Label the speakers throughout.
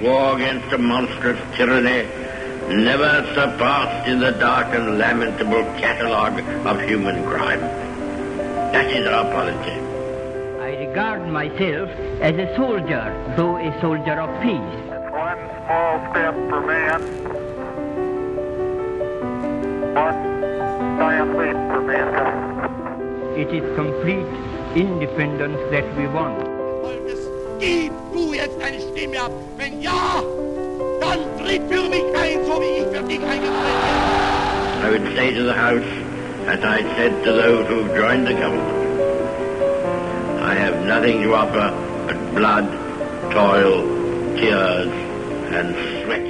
Speaker 1: war against a monstrous tyranny never surpassed in the dark and lamentable catalogue of human crime. That is our policy.
Speaker 2: I regard myself as a soldier, though a soldier of peace.
Speaker 3: It's one small step for man, one giant leap for mankind.
Speaker 2: It is complete independence that we want.
Speaker 4: Volkes, gib du jetzt eine Stimme ab. Wenn ja, dann tritt für mich ein, so wie ich für dich eingetreten bin.
Speaker 1: I would say to the House, as I said to those who have joined the government, I have nothing to offer but blood, toil, tears, and sweat.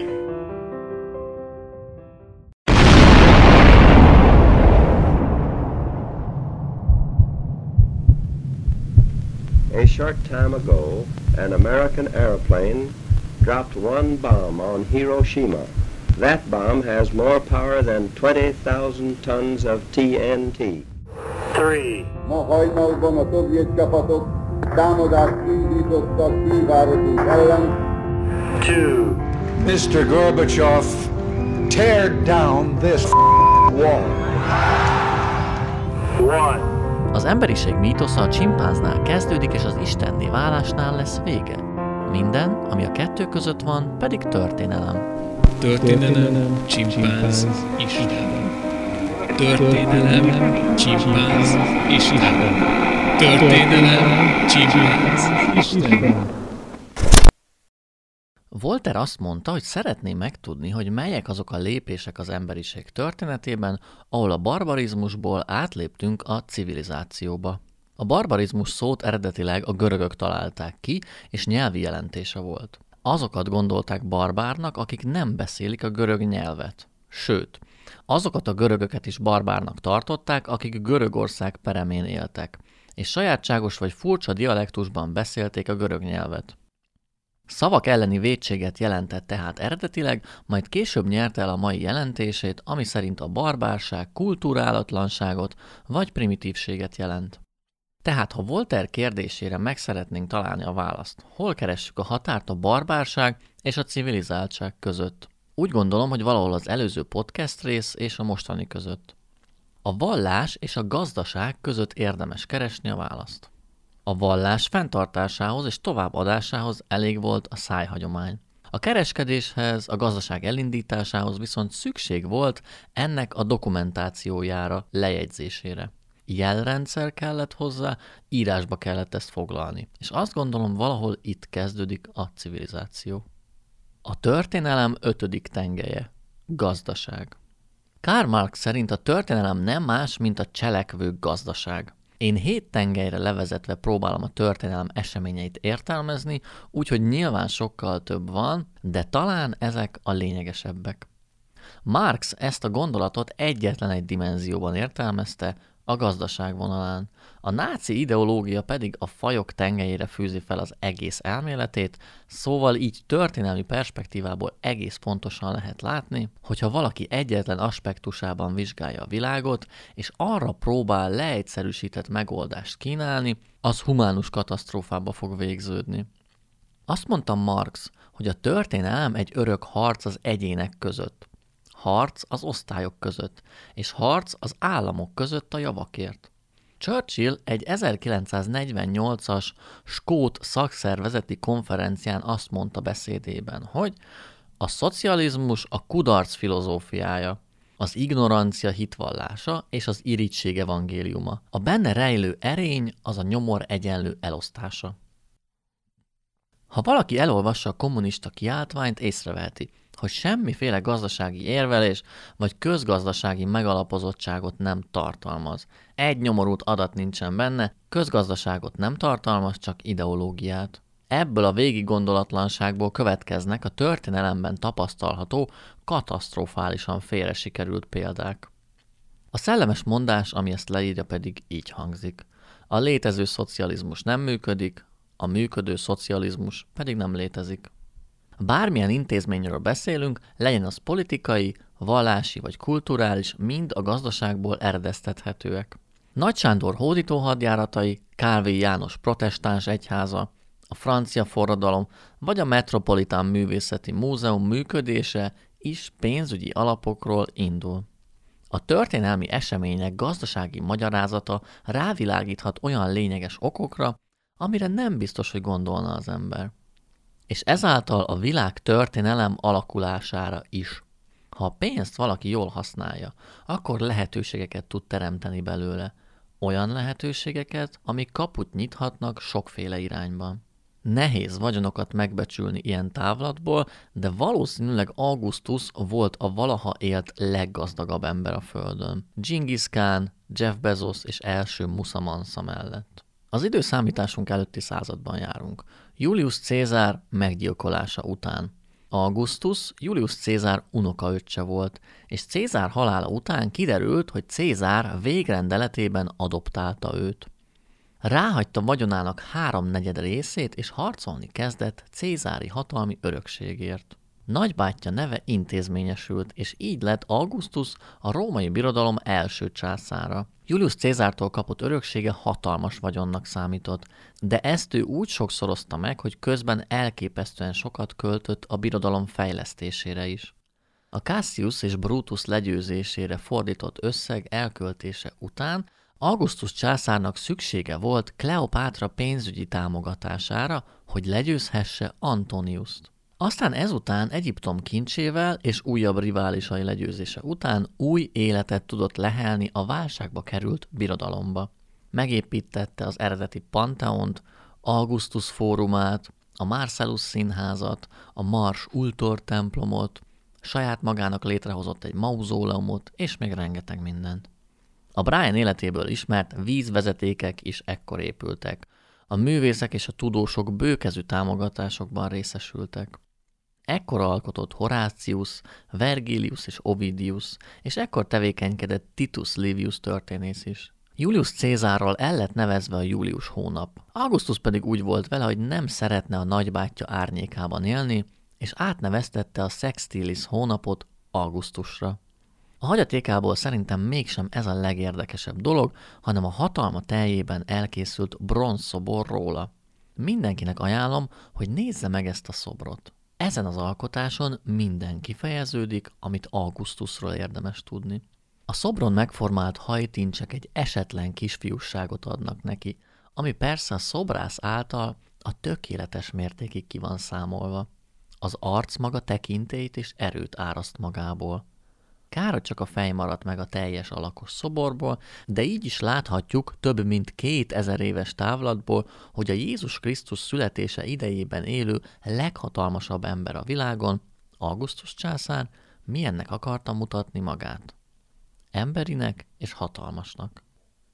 Speaker 5: A short time ago, an American airplane dropped one bomb on Hiroshima. That bomb has more power than 20,000 tons of TNT.
Speaker 3: 3.
Speaker 6: Ma hajnalban a szovjet csapatok támadást indítottak fővárosunk ellen.
Speaker 3: 2.
Speaker 7: Mr. Gorbachev, tear down this wall.
Speaker 3: 1.
Speaker 8: Az emberiség mítosza a csimpánznál kezdődik, és az istenné válásnál lesz vége. Minden, ami a kettő között van, pedig történelem.
Speaker 9: Történelem, csimpánz, Isten. Történelem, csimpánz, Isten. Történelem, csimpánz, Isten.
Speaker 8: Voltaire azt mondta, hogy szeretné megtudni, hogy melyek azok a lépések az emberiség történetében, ahol a barbarizmusból átléptünk a civilizációba. A barbarizmus szót eredetileg a görögök találták ki, és nyelvi jelentése volt. Azokat gondolták barbárnak, akik nem beszélik a görög nyelvet. Sőt, azokat a görögöket is barbárnak tartották, akik Görögország peremén éltek, és sajátságos vagy furcsa dialektusban beszélték a görög nyelvet. Szavak elleni vétséget jelentett tehát eredetileg, majd később nyerte el a mai jelentését, ami szerint a barbárság kulturálatlanságot vagy primitívséget jelent. Tehát, ha Voltaire kérdésére meg szeretnénk találni a választ, hol keressük a határt a barbárság és a civilizáltság között? Úgy gondolom, hogy valahol az előző podcast rész és a mostani között. A vallás és a gazdaság között érdemes keresni a választ. A vallás fenntartásához és továbbadásához elég volt a szájhagyomány. A kereskedéshez, a gazdaság elindításához viszont szükség volt ennek a dokumentációjára, lejegyzésére. Jelrendszer kellett hozzá, írásba kellett ezt foglalni. És azt gondolom, valahol itt kezdődik a civilizáció. A történelem 5. tengelye. Gazdaság. Karl Marx szerint a történelem nem más, mint a cselekvő gazdaság. Én 7 tengelyre levezetve próbálom a történelem eseményeit értelmezni, úgyhogy nyilván sokkal több van, de talán ezek a lényegesebbek. Marx ezt a gondolatot egyetlen egy dimenzióban értelmezte, a gazdaság vonalán. A náci ideológia pedig a fajok tengelyére fűzi fel az egész elméletét, szóval így történelmi perspektívából egész pontosan lehet látni, hogyha valaki egyetlen aspektusában vizsgálja a világot, és arra próbál leegyszerűsített megoldást kínálni, az humánus katasztrófába fog végződni. Azt mondta Marx, hogy a történelem egy örök harc az egyének között. Harc az osztályok között, és harc az államok között a javakért. Churchill egy 1948-as skót szakszervezeti konferencián azt mondta beszédében, hogy a szocializmus a kudarc filozófiája, az ignorancia hitvallása és az irigység evangéliuma. A benne rejlő erény az a nyomor egyenlő elosztása. Ha valaki elolvassa a kommunista kiáltványt, észreveheti, hogy semmiféle gazdasági érvelés vagy közgazdasági megalapozottságot nem tartalmaz. Egy nyomorult adat nincsen benne, közgazdaságot nem tartalmaz, csak ideológiát. Ebből a végiggondolatlanságból következnek a történelemben tapasztalható, katasztrofálisan félre sikerült példák. A szellemes mondás, ami ezt leírja, pedig így hangzik. A létező szocializmus nem működik, a működő szocializmus pedig nem létezik. Bármilyen intézményről beszélünk, legyen az politikai, vallási vagy kulturális, mind a gazdaságból eredeztethetőek. Nagy Sándor hódító hadjáratai, Kálvin János protestáns egyháza, a francia forradalom vagy a Metropolitan Művészeti Múzeum működése is pénzügyi alapokról indul. A történelmi események gazdasági magyarázata rávilágíthat olyan lényeges okokra, amire nem biztos, hogy gondolna az ember. És ezáltal a világ történelem alakulására is. Ha a pénzt valaki jól használja, akkor lehetőségeket tud teremteni belőle. Olyan lehetőségeket, amik kaput nyithatnak sokféle irányban. Nehéz vagyonokat megbecsülni ilyen távlatból, de valószínűleg Augustus volt a valaha élt leggazdagabb ember a Földön. Dzsingisz Kán, Jeff Bezos és első Musa Mansa mellett. Az időszámításunk előtti században járunk. Julius Cézár meggyilkolása után. Augustus Julius Cézár unokaöccse volt, és Cézár halála után kiderült, hogy Cézár végrendeletében adoptálta őt. Ráhagyta vagyonának 3/4 részét, és harcolni kezdett cézári hatalmi örökségért. Nagybátyja neve intézményesült, és így lett Augustus a római birodalom első császára. Julius Cézártól kapott öröksége hatalmas vagyonnak számított, de ezt ő úgy sokszorozta meg, hogy közben elképesztően sokat költött a birodalom fejlesztésére is. A Cassius és Brutus legyőzésére fordított összeg elköltése után Augustus császárnak szüksége volt Kleopátra pénzügyi támogatására, hogy legyőzhesse Antoniust. Aztán ezután Egyiptom kincsével és újabb riválisai legyőzése után új életet tudott lehelni a válságba került birodalomba. Megépítette az eredeti Pantheont, Augustus fórumát, a Marcellus színházat, a Mars Ultor templomot, saját magának létrehozott egy mauzóleumot, és még rengeteg mindent. A Brian életéből ismert vízvezetékek is ekkor épültek. A művészek és a tudósok bőkezű támogatásokban részesültek. Ekkor alkotott Horácius, Vergilius és Ovidius, és ekkor tevékenykedett Titus Livius történész is. Julius Cézárral el lett nevezve a Július hónap. Augustus pedig úgy volt vele, hogy nem szeretne a nagybátyja árnyékában élni, és átneveztette a Sextilis hónapot Augustusra. A hagyatékából szerintem mégsem ez a legérdekesebb dolog, hanem a hatalma teljében elkészült bronzszobor róla. Mindenkinek ajánlom, hogy nézze meg ezt a szobrot. Ezen az alkotáson minden kifejeződik, amit Augustusról érdemes tudni. A szobron megformált hajtincsek egy esetlen kisfiússágot adnak neki, ami persze a szobrász által a tökéletes mértékig ki van számolva. Az arc maga tekintélyt és erőt áraszt magából. Kár, hogy csak a fej maradt meg a teljes alakos szoborból, de így is láthatjuk több mint 2000 éves távlatból, hogy a Jézus Krisztus születése idejében élő leghatalmasabb ember a világon, Augustus császár, milyennek akarta mutatni magát. Emberinek és hatalmasnak.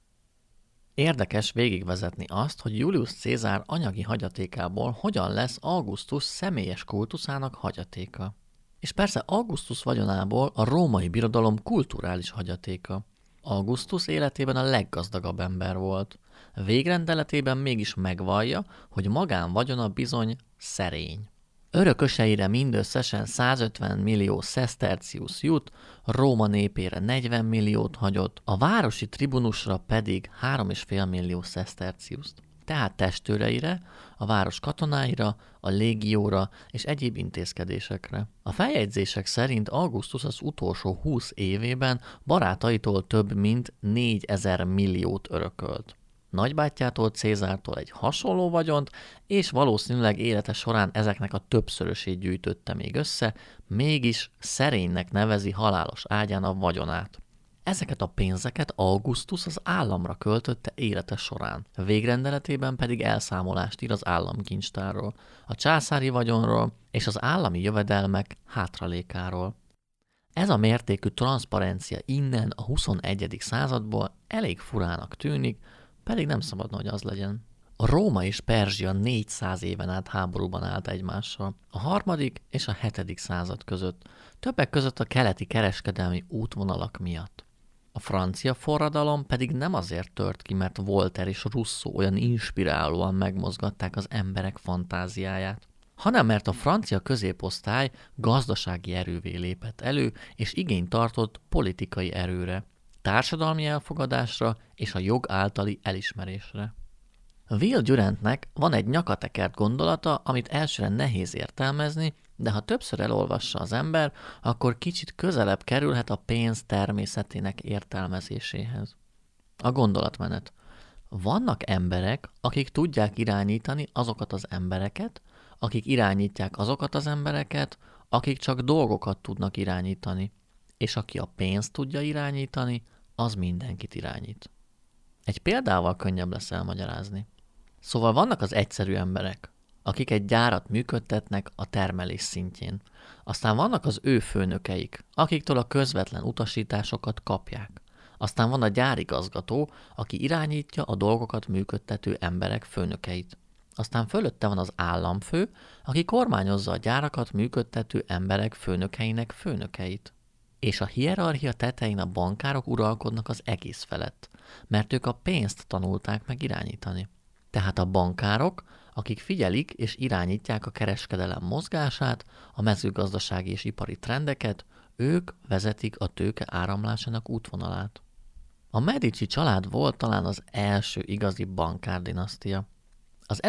Speaker 8: Érdekes végigvezetni azt, hogy Julius Cézár anyagi hagyatékából hogyan lesz Augustus személyes kultuszának hagyatéka. És persze Augustus vagyonából a római birodalom kulturális hagyatéka. Augustus életében a leggazdagabb ember volt. Végrendeletében mégis megvallja, hogy magánvagyona bizony szerény. Örököseire mindösszesen 150 millió sestercius jut, Róma népére 40 milliót hagyott, a városi tribunusra pedig 3,5 millió sesterciust. Tehát testőreire, a város katonáira, a légióra és egyéb intézkedésekre. A feljegyzések szerint Augustus az utolsó 20 évében barátaitól több mint 4000 milliót örökölt. Nagybátyjától, Cézártól egy hasonló vagyont, és valószínűleg élete során ezeknek a többszörösét gyűjtötte még össze, mégis szerénynek nevezi halálos ágyán a vagyonát. Ezeket a pénzeket Augustus az államra költötte élete során, végrendeletében pedig elszámolást ír az államkincstárról, a császári vagyonról és az állami jövedelmek hátralékáról. Ez a mértékű transzparencia innen a 21. századból elég furának tűnik, pedig nem szabadna, hogy az legyen. A Róma és Perzsia 400 éven át háborúban állt egymással, a 3. és a 7. század között, többek között a keleti kereskedelmi útvonalak miatt. A francia forradalom pedig nem azért tört ki, mert Voltaire és Rousseau olyan inspirálóan megmozgatták az emberek fantáziáját, hanem mert a francia középosztály gazdasági erővé lépett elő, és igényt tartott politikai erőre, társadalmi elfogadásra és a jog általi elismerésre. Will Durantnek van egy nyakatekert gondolata, amit elsőre nehéz értelmezni, de ha többször elolvassa az ember, akkor kicsit közelebb kerülhet a pénz természetének értelmezéséhez. A gondolatmenet. Vannak emberek, akik tudják irányítani azokat az embereket, akik irányítják azokat az embereket, akik csak dolgokat tudnak irányítani, és aki a pénzt tudja irányítani, az mindenkit irányít. Egy példával könnyebb lesz elmagyarázni. Szóval vannak az egyszerű emberek, akik egy gyárat működtetnek a termelés szintjén. Aztán vannak az ő főnökeik, akiktől a közvetlen utasításokat kapják. Aztán van a gyárigazgató, aki irányítja a dolgokat működtető emberek főnökeit. Aztán fölötte van az államfő, aki kormányozza a gyárakat működtető emberek főnökeinek főnökeit. És a hierarchia tetején a bankárok uralkodnak az egész felett, mert ők a pénzt tanulták meg irányítani. Tehát a bankárok, akik figyelik és irányítják a kereskedelem mozgását, a mezőgazdasági és ipari trendeket, ők vezetik a tőke áramlásának útvonalát. A Medici család volt talán az első igazi bankárdinasztia. Az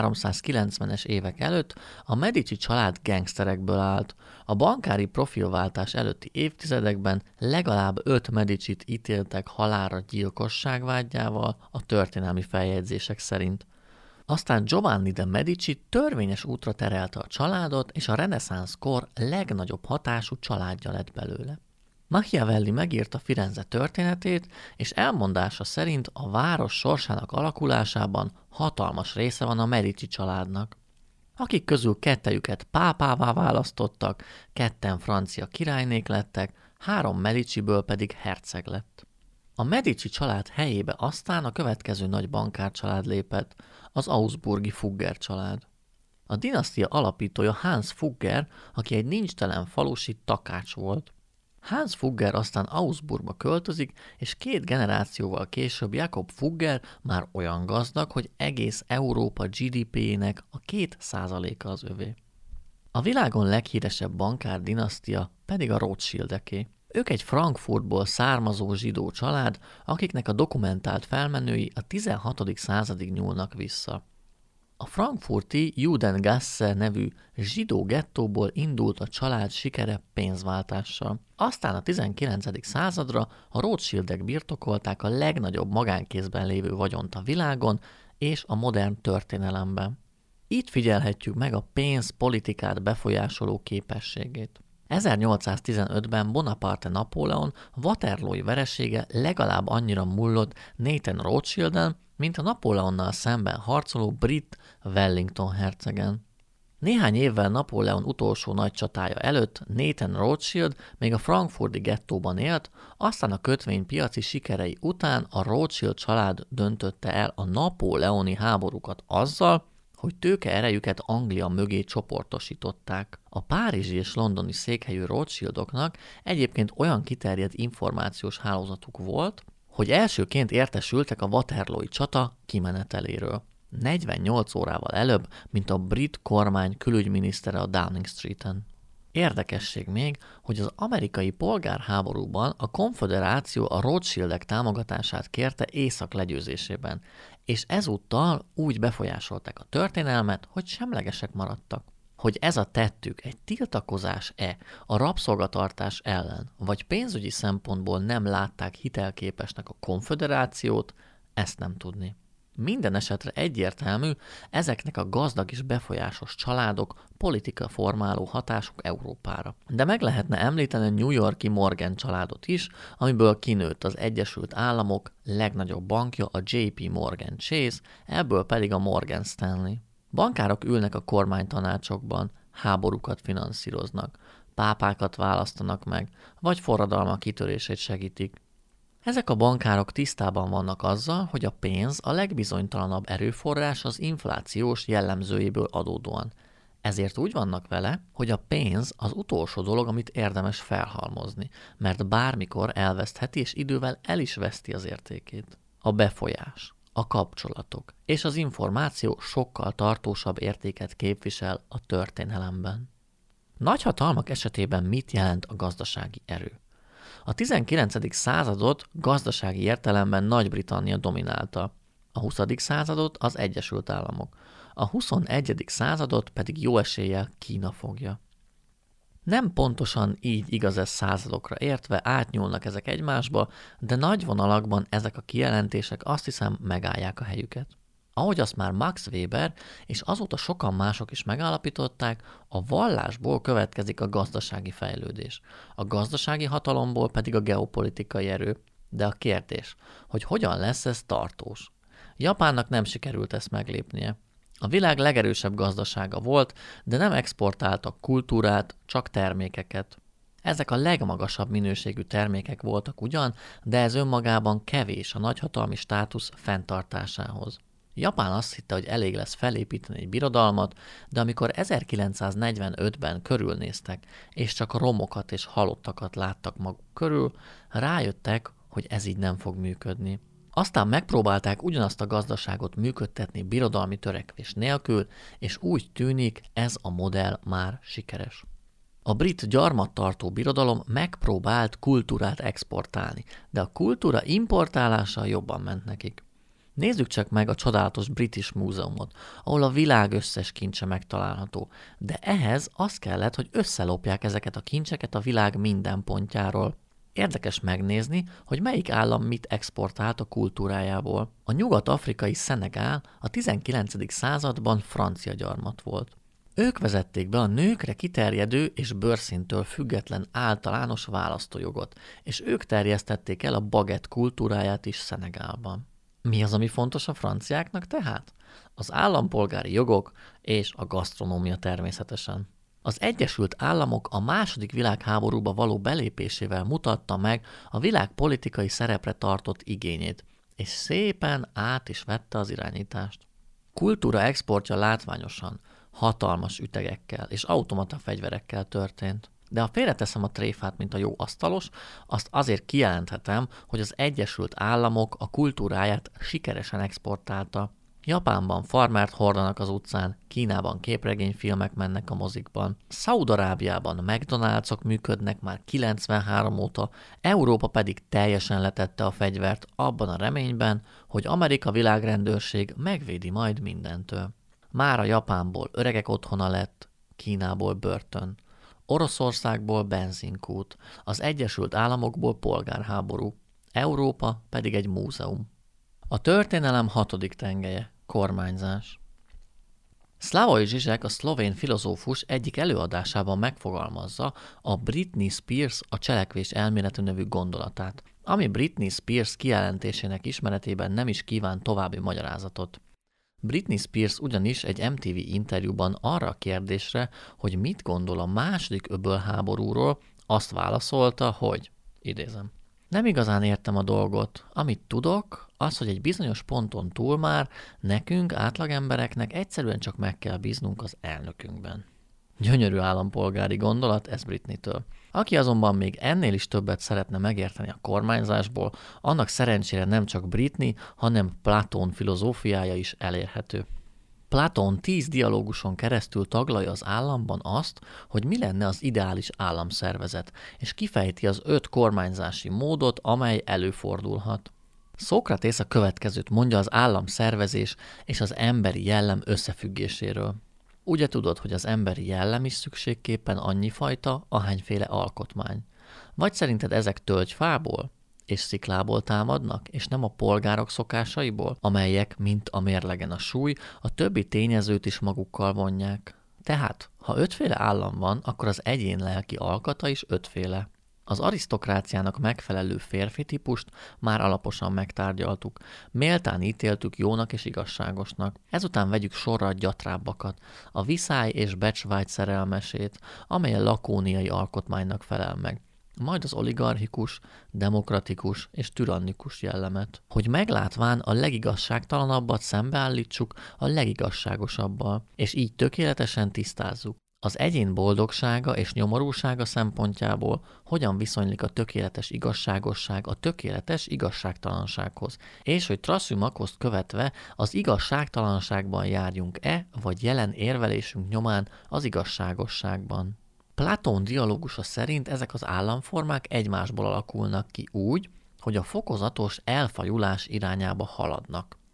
Speaker 8: 1390-es évek előtt a Medici család gengszterekből állt. A bankári profilváltás előtti évtizedekben legalább 5 Medicit ítéltek halálra gyilkosság vádjával a történelmi feljegyzések szerint. Aztán Giovanni de Medici törvényes útra terelte a családot, és a reneszánsz kor legnagyobb hatású családja lett belőle. Machiavelli megírta Firenze történetét, és elmondása szerint a város sorsának alakulásában hatalmas része van a Medici családnak. Akik közül kettejüket pápává választottak, ketten francia királynék lettek, 3 Mediciből pedig herceg lett. A Medici család helyébe aztán a következő nagy bankárcsalád lépett, az augsburgi Fugger család. A dinasztia alapítója Hans Fugger, aki egy nincstelen falusi takács volt. Hans Fugger aztán Augsburgba költözik, és 2 generációval később Jakob Fugger már olyan gazdag, hogy egész Európa GDP-jének a 2%-a az övé. A világon leghíresebb bankár dinasztia pedig a Rothschildeké. Ők egy Frankfurtból származó zsidó család, akiknek a dokumentált felmenői a 16. századig nyúlnak vissza. A frankfurti Judengasse nevű zsidó gettóból indult a család sikere pénzváltással. Aztán a 19. századra a Rothschildek birtokolták a legnagyobb magánkézben lévő vagyont a világon és a modern történelemben. Itt figyelhetjük meg a pénz politikát befolyásoló képességét. 1815-ben Bonaparte Napóleon Waterloo-i veresége legalább annyira mullott Nathan Rothschilden, mint a Napóleonnal szemben harcoló brit Wellington hercegen. Néhány évvel Napóleon utolsó nagy csatája előtt Nathan Rothschild még a frankfurti gettóban élt, aztán a kötvénypiaci sikerei után a Rothschild család döntötte el a napóleoni háborúkat azzal, hogy tőke erejüket Anglia mögé csoportosították. A párizsi és londoni székhelyű Rothschildoknak egyébként olyan kiterjedt információs hálózatuk volt, hogy elsőként értesültek a Waterloo-i csata kimeneteléről. 48 órával előbb, mint a brit kormány külügyminisztere a Downing Streeten. Érdekesség még, hogy az amerikai polgárháborúban a konföderáció a Rothschildek támogatását kérte Észak legyőzésében, és ezúttal úgy befolyásolták a történelmet, hogy semlegesek maradtak. Hogy ez a tettük egy tiltakozás-e a rabszolgatartás ellen, vagy pénzügyi szempontból nem látták hitelképesnek a konföderációt, ezt nem tudni. Minden esetre egyértelmű, ezeknek a gazdag és befolyásos családok politika formáló hatásuk Európára. De meg lehetne említeni a New York-i Morgan családot is, amiből kinőtt az Egyesült Államok legnagyobb bankja, a JP Morgan Chase, ebből pedig a Morgan Stanley. Bankárok ülnek a kormánytanácsokban, háborúkat finanszíroznak, pápákat választanak meg, vagy forradalmak kitörését segítik. Ezek a bankárok tisztában vannak azzal, hogy a pénz a legbizonytalanabb erőforrás az inflációs jellemzőjéből adódóan. Ezért úgy vannak vele, hogy a pénz az utolsó dolog, amit érdemes felhalmozni, mert bármikor elvesztheti és idővel el is veszti az értékét. A befolyás, a kapcsolatok és az információ sokkal tartósabb értéket képvisel a történelemben. Nagyhatalmak esetében mit jelent a gazdasági erő? A 19. századot gazdasági értelemben Nagy-Britannia dominálta. A a 20. századot az Egyesült Államok, a 21. századot pedig jó eséllyel Kína fogja. Nem pontosan így igaz ez századokra értve, átnyúlnak ezek egymásba, de nagy vonalakban ezek a kijelentések azt hiszem megállják a helyüket. Ahogy azt már Max Weber és azóta sokan mások is megállapították, a vallásból következik a gazdasági fejlődés, a gazdasági hatalomból pedig a geopolitikai erő. De a kérdés, hogy hogyan lesz ez tartós? Japánnak nem sikerült ezt meglépnie. A világ legerősebb gazdasága volt, de nem exportáltak kultúrát, csak termékeket. Ezek a legmagasabb minőségű termékek voltak ugyan, de ez önmagában kevés a nagyhatalmi státusz fenntartásához. Japán azt hitte, hogy elég lesz felépíteni egy birodalmat, de amikor 1945-ben körülnéztek, és csak romokat és halottakat láttak maguk körül, rájöttek, hogy ez így nem fog működni. Aztán megpróbálták ugyanazt a gazdaságot működtetni birodalmi törekvés nélkül, és úgy tűnik, ez a modell már sikeres. A brit gyarmattartó birodalom megpróbált kultúrát exportálni, de a kultúra importálása jobban ment nekik. Nézzük csak meg a csodálatos British Múzeumot, ahol a világ összes kincse megtalálható, de ehhez az kellett, hogy összelopják ezeket a kincseket a világ minden pontjáról. Érdekes megnézni, hogy melyik állam mit exportált a kultúrájából. A nyugat-afrikai Szenegál a 19. században francia gyarmat volt. Ők vezették be a nőkre kiterjedő és bőrszíntől független általános választójogot, és ők terjesztették el a bagett kultúráját is Szenegálban. Mi az, ami fontos a franciáknak tehát? Az állampolgári jogok és a gasztronómia természetesen. Az Egyesült Államok a II. Világháborúba való belépésével mutatta meg a világ politikai szerepre tartott igényét, és szépen át is vette az irányítást. Kultúra exportja látványosan, hatalmas ütegekkel és automata fegyverekkel történt. De ha félreteszem a tréfát, mint a jó asztalos, azt azért kijelenthetem, hogy az Egyesült Államok a kultúráját sikeresen exportálta. Japánban farmert hordanak az utcán, Kínában képregényfilmek mennek a mozikban, Szaúd-Arábiában McDonald'sok működnek már 93 óta, Európa pedig teljesen letette a fegyvert abban a reményben, hogy Amerika világrendőrség megvédi majd mindentől. Mára Japánból öregek otthona lett, Kínából börtön, Oroszországból benzinkút, az Egyesült Államokból polgárháború, Európa pedig egy múzeum. A történelem 6. tengelye, kormányzás. Slavoj Žižek, a szlovén filozófus egyik előadásában megfogalmazza a Britney Spears a cselekvés elméletű nevű gondolatát, ami Britney Spears kijelentésének ismeretében nem is kíván további magyarázatot. Britney Spears ugyanis egy MTV interjúban arra a kérdésre, hogy mit gondol a II. Öbölháborúról, azt válaszolta, hogy, idézem, nem igazán értem a dolgot. Amit tudok, az, hogy egy bizonyos ponton túl már nekünk, átlagembereknek egyszerűen csak meg kell bíznunk az elnökünkben. Gyönyörű állampolgári gondolat ez Britneytől. Aki azonban még ennél is többet szeretne megérteni a kormányzásból, annak szerencsére nem csak Britney, hanem Platón filozófiája is elérhető. Platón 10 dialóguson keresztül taglalja az államban azt, hogy mi lenne az ideális államszervezet, és kifejti az 5 kormányzási módot, amely előfordulhat. Szókratész a következőt mondja az államszervezés és az emberi jellem összefüggéséről. Ugye tudod, hogy az emberi jellem is szükségképpen annyi fajta, ahányféle alkotmány. Vagy szerinted ezek tölgyfából és sziklából támadnak, és nem a polgárok szokásaiból, amelyek, mint a mérlegen a súly, a többi tényezőt is magukkal vonják? Tehát, ha 5 féle állam van, akkor az egyén lelki alkata is 5 féle. Az arisztokráciának megfelelő férfi típust már alaposan megtárgyaltuk. Méltán ítéltük jónak és igazságosnak. Ezután vegyük sorra a gyatrábbakat, a viszály és becsvágy szerelmesét, amely a lakóniai alkotmánynak felel meg. Majd az oligarchikus, demokratikus és türannikus jellemet. Hogy meglátván a legigazságtalanabbat szembeállítsuk a legigazságosabbal, és így tökéletesen tisztázzuk. Az egyén boldogsága és nyomorúsága szempontjából hogyan viszonylik a tökéletes igazságosság a tökéletes igazságtalansághoz, és hogy Thrasymachoszt követve az igazságtalanságban járjunk-e, vagy jelen érvelésünk nyomán az igazságosságban. Platón dialógusa szerint ezek az államformák egymásból alakulnak ki úgy, hogy a fokozatos elfajulás irányába haladnak.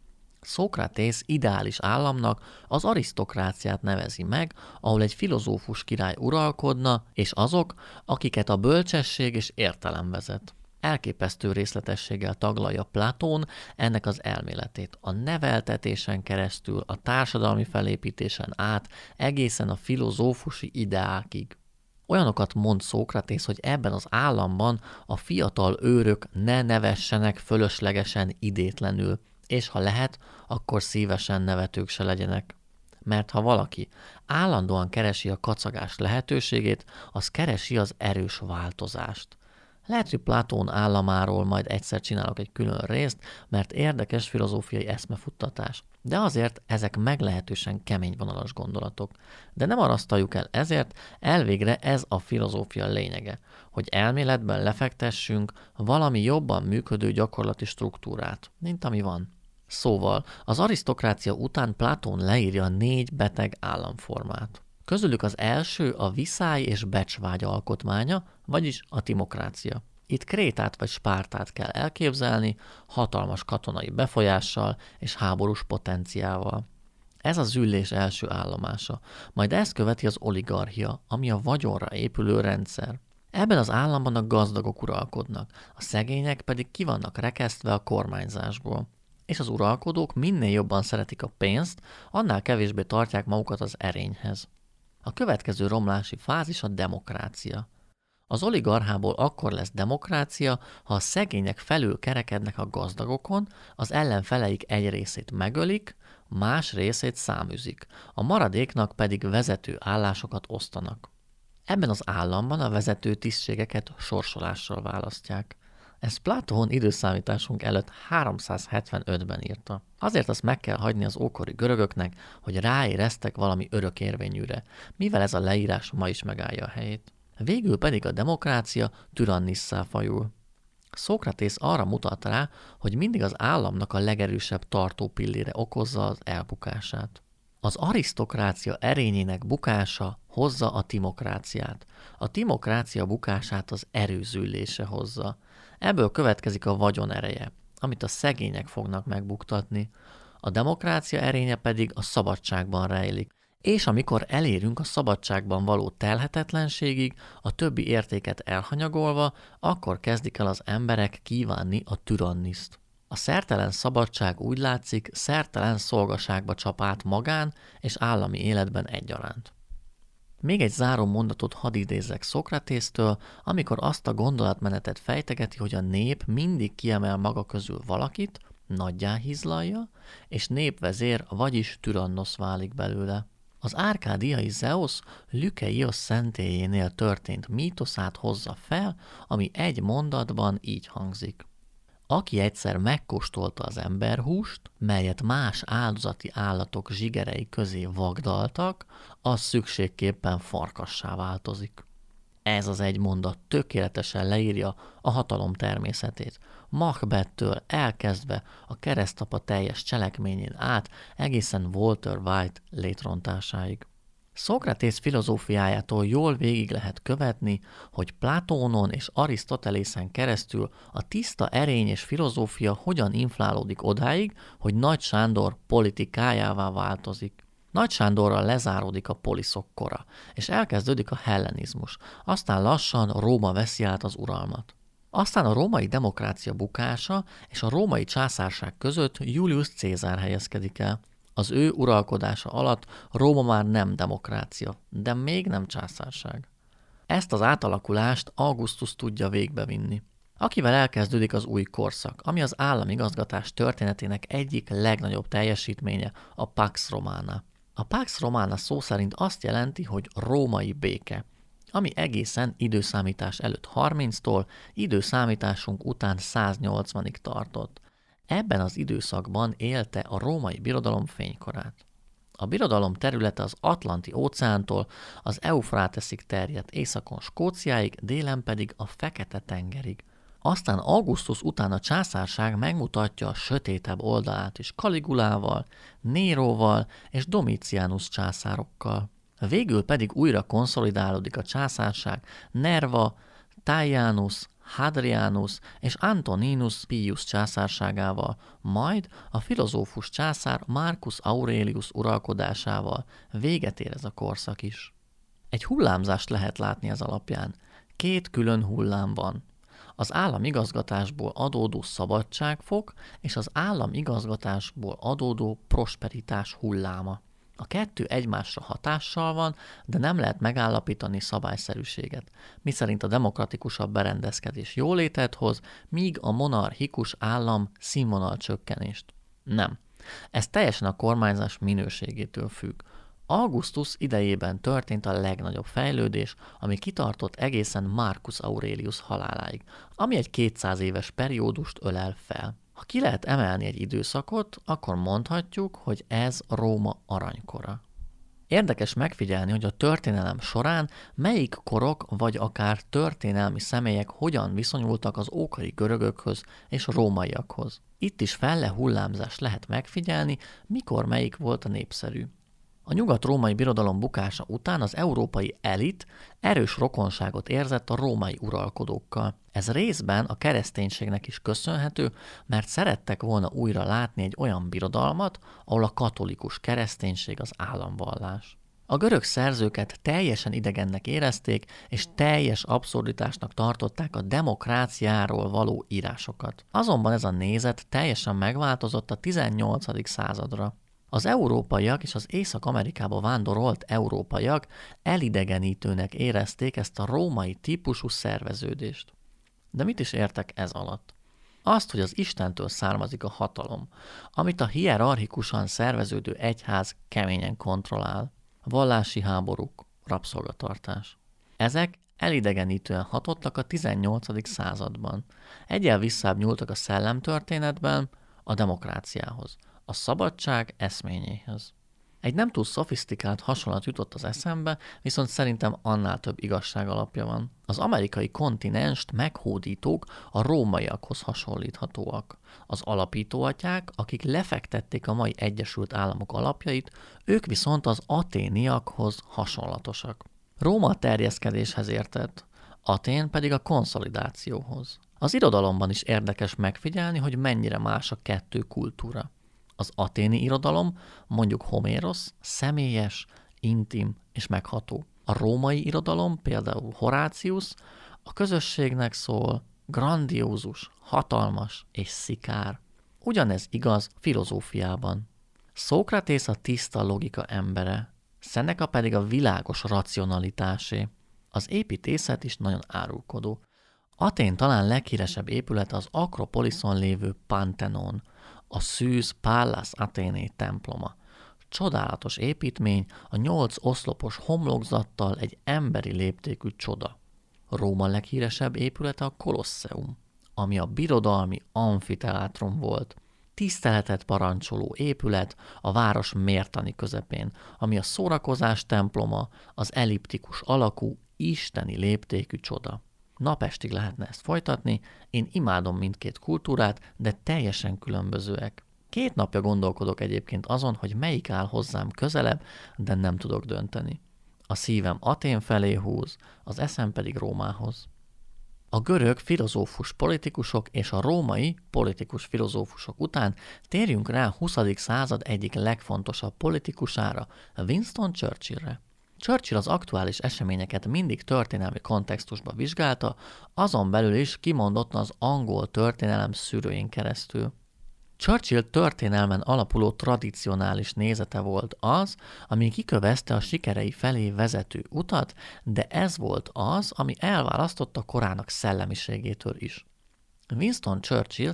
Speaker 8: Szókratész ideális államnak az arisztokráciát nevezi meg, ahol egy filozófus király uralkodna, és azok, akiket a bölcsesség és értelem vezet. Elképesztő részletességgel taglalja Platón ennek az elméletét. A neveltetésen keresztül, a társadalmi felépítésen át, egészen a filozófusi ideákig. Olyanokat mond Szókratész, hogy ebben az államban a fiatal őrök ne nevessenek fölöslegesen idétlenül, és ha lehet, akkor szívesen nevetők se legyenek. Mert ha valaki állandóan keresi a kacagás lehetőségét, az keresi az erős változást. Lehet, hogy Platón államáról majd egyszer csinálok egy külön részt, mert érdekes filozófiai eszmefuttatás. De azért ezek meglehetősen keményvonalas gondolatok. De nem marasztaljuk el ezért, elvégre ez a filozófia lényege, hogy elméletben lefektessünk valami jobban működő gyakorlati struktúrát, mint ami van. Szóval az arisztokrácia után Platón leírja 4 beteg államformát. Közülük az első a viszály és becsvágy alkotmánya, vagyis a timokrácia. Itt Krétát vagy Spártát kell elképzelni, hatalmas katonai befolyással és háborús potenciával. Ez az züllés első állomása, majd ezt követi az oligarchia, ami a vagyonra épülő rendszer. Ebben az államban a gazdagok uralkodnak, a szegények pedig ki vannak rekesztve a kormányzásból. És az uralkodók minél jobban szeretik a pénzt, annál kevésbé tartják magukat az erényhez. A következő romlási fázis a demokrácia. Az oligarchából akkor lesz demokrácia, ha a szegények felül kerekednek a gazdagokon, az ellenfeleik egy részét megölik, más részét száműzik, a maradéknak pedig vezető állásokat osztanak. Ebben az államban a vezető tisztségeket sorsolással választják. Ezt Platón időszámításunk előtt 375-ben írta. Azért azt meg kell hagyni az ókori görögöknek, hogy ráéreztek valami örökérvényűre, mivel ez a leírás ma is megállja a helyét. Végül pedig a demokrácia türannissá fajul. Szókratész arra mutat rá, hogy mindig az államnak a legerősebb tartópillére okozza az elbukását. Az arisztokrácia erényének bukása hozza a timokráciát. A timokrácia bukását az erőzüllése hozza. Ebből következik a vagyon ereje, amit a szegények fognak megbuktatni. A demokrácia erénye pedig a szabadságban rejlik. És amikor elérünk a szabadságban való telhetetlenségig, a többi értéket elhanyagolva, akkor kezdik el az emberek kívánni a türanniszt. A szertelen szabadság úgy látszik, szertelen szolgaságba csap át magán és állami életben egyaránt. Még egy záró mondatot hadd idézzek Szókratésztől, amikor azt a gondolatmenetet fejtegeti, hogy a nép mindig kiemel maga közül valakit, nagyjá hizlalja, és népvezér, vagyis türannosz válik belőle. Az árkádiai Zeusz Lükeios szentélyénél történt mítoszát hozza fel, ami egy mondatban így hangzik. Aki egyszer megkóstolta az emberhúst, melyet más áldozati állatok zsigerei közé vagdaltak, az szükségképpen farkassá változik. Ez az egy mondat tökéletesen leírja a hatalom természetét. Macbeth-től elkezdve a keresztapa teljes cselekményén át egészen Walter White létrontásáig. Szókratész filozófiájától jól végig lehet követni, hogy Platónon és Arisztotelészen keresztül a tiszta erény és filozófia hogyan inflálódik odáig, hogy Nagy Sándor politikájává változik. Nagy Sándorral lezáródik a poliszok kora, és elkezdődik a hellenizmus, aztán lassan Róma veszi át az uralmat. Aztán a római demokrácia bukása és a római császárság között Julius Cézár helyezkedik el. Az ő uralkodása alatt Róma már nem demokrácia, de még nem császárság. Ezt az átalakulást Augustus tudja végbevinni, akivel elkezdődik az új korszak, ami az államigazgatás történetének egyik legnagyobb teljesítménye, a Pax Romana. A Pax Romana szó szerint azt jelenti, hogy római béke, ami egészen időszámítás előtt 30-tól, időszámításunk után 180-ig tartott. Ebben az időszakban élte a római birodalom fénykorát. A birodalom területe az Atlanti-óceántól az Eufráteszig terjedt északon Skóciáig, délen pedig a Fekete-tengerig. Aztán Augustus után a császárság megmutatja a sötétebb oldalát is Caligulával, Néróval és Domitianus császárokkal. Végül pedig újra konszolidálódik a császárság Nerva, Traianus, Hadrianus és Antoninus Pius császárságával, majd a filozófus császár Marcus Aurelius uralkodásával véget ér ez a korszak is. Egy hullámzást lehet látni ez alapján. 2 külön hullám van. Az államigazgatásból adódó szabadságfok és az államigazgatásból adódó prosperitás hulláma. A 2 egymásra hatással van, de nem lehet megállapítani szabályszerűséget, miszerint a demokratikusabb berendezkedés jólétet hoz, míg a monarchikus állam színvonalcsökkenést. Nem. Ez teljesen a kormányzás minőségétől függ. Augustus idejében történt a legnagyobb fejlődés, ami kitartott egészen Marcus Aurelius haláláig, ami egy 200 éves periódust ölel fel. Ha ki lehet emelni egy időszakot, akkor mondhatjuk, hogy ez Róma aranykora. Érdekes megfigyelni, hogy a történelem során melyik korok vagy akár történelmi személyek hogyan viszonyultak az ókori görögökhöz és rómaiakhoz. Itt is felle hullámzást lehet megfigyelni, mikor melyik volt a népszerű. A nyugat-római birodalom bukása után az európai elit erős rokonságot érzett a római uralkodókkal. Ez részben a kereszténységnek is köszönhető, mert szerettek volna újra látni egy olyan birodalmat, ahol a katolikus kereszténység az államvallás. A görög szerzőket teljesen idegennek érezték, és teljes abszurditásnak tartották a demokráciáról való írásokat. Azonban ez a nézet teljesen megváltozott a 18. századra. Az európaiak és az Észak-Amerikába vándorolt európaiak elidegenítőnek érezték ezt a római típusú szerveződést. De mit is értek ez alatt? Azt, hogy az Istentől származik a hatalom, amit a hierarchikusan szerveződő egyház keményen kontrollál. Vallási háborúk, rabszolgatartás. Ezek elidegenítően hatottak a 18. században. Egyel visszább nyúltak a szellemtörténetben a demokráciához, a szabadság eszményéhez. Egy nem túl szofisztikált hasonlat jutott az eszembe, viszont szerintem annál több igazság alapja van. Az amerikai kontinenst meghódítók a rómaiakhoz hasonlíthatóak. Az alapítóatyák, akik lefektették a mai Egyesült Államok alapjait, ők viszont az aténiakhoz hasonlatosak. Róma a terjeszkedéshez értett, Atén pedig a konszolidációhoz. Az irodalomban is érdekes megfigyelni, hogy mennyire más a 2 kultúra. Az aténi irodalom, mondjuk Homérosz, személyes, intim és megható. A római irodalom, például Horácius, a közösségnek szól, grandiózus, hatalmas és szikár. Ugyanez igaz filozófiában. Szókratész a tiszta logika embere, Seneca pedig a világos racionalitásé. Az építészet is nagyon árulkodó. Atén talán leghíresebb épülete az Akropoliszon lévő Pantheon, a szűz Pallas Athéné temploma. Csodálatos építmény, a 8 oszlopos homlokzattal egy emberi léptékű csoda. Róma leghíresebb épülete a Kolosseum, ami a birodalmi amfiteátrum volt. Tiszteletet parancsoló épület a város mértani közepén, ami a szórakozás temploma, az elliptikus alakú, isteni léptékű csoda. Napestig lehetne ezt folytatni, én imádom mindkét kultúrát, de teljesen különbözőek. 2 napja gondolkodok egyébként azon, hogy melyik áll hozzám közelebb, de nem tudok dönteni. A szívem Atén felé húz, az eszem pedig Rómához. A görög filozófus politikusok és a római politikus filozófusok után térjünk rá a 20. század egyik legfontosabb politikusára, Winston Churchillre. Churchill az aktuális eseményeket mindig történelmi kontextusba vizsgálta, azon belül is kimondottan az angol történelem szűrőjén keresztül. Churchill történelmen alapuló tradicionális nézete volt az, ami kikövezte a sikerei felé vezető utat, de ez volt az, ami elválasztotta korának szellemiségétől is. Winston Churchill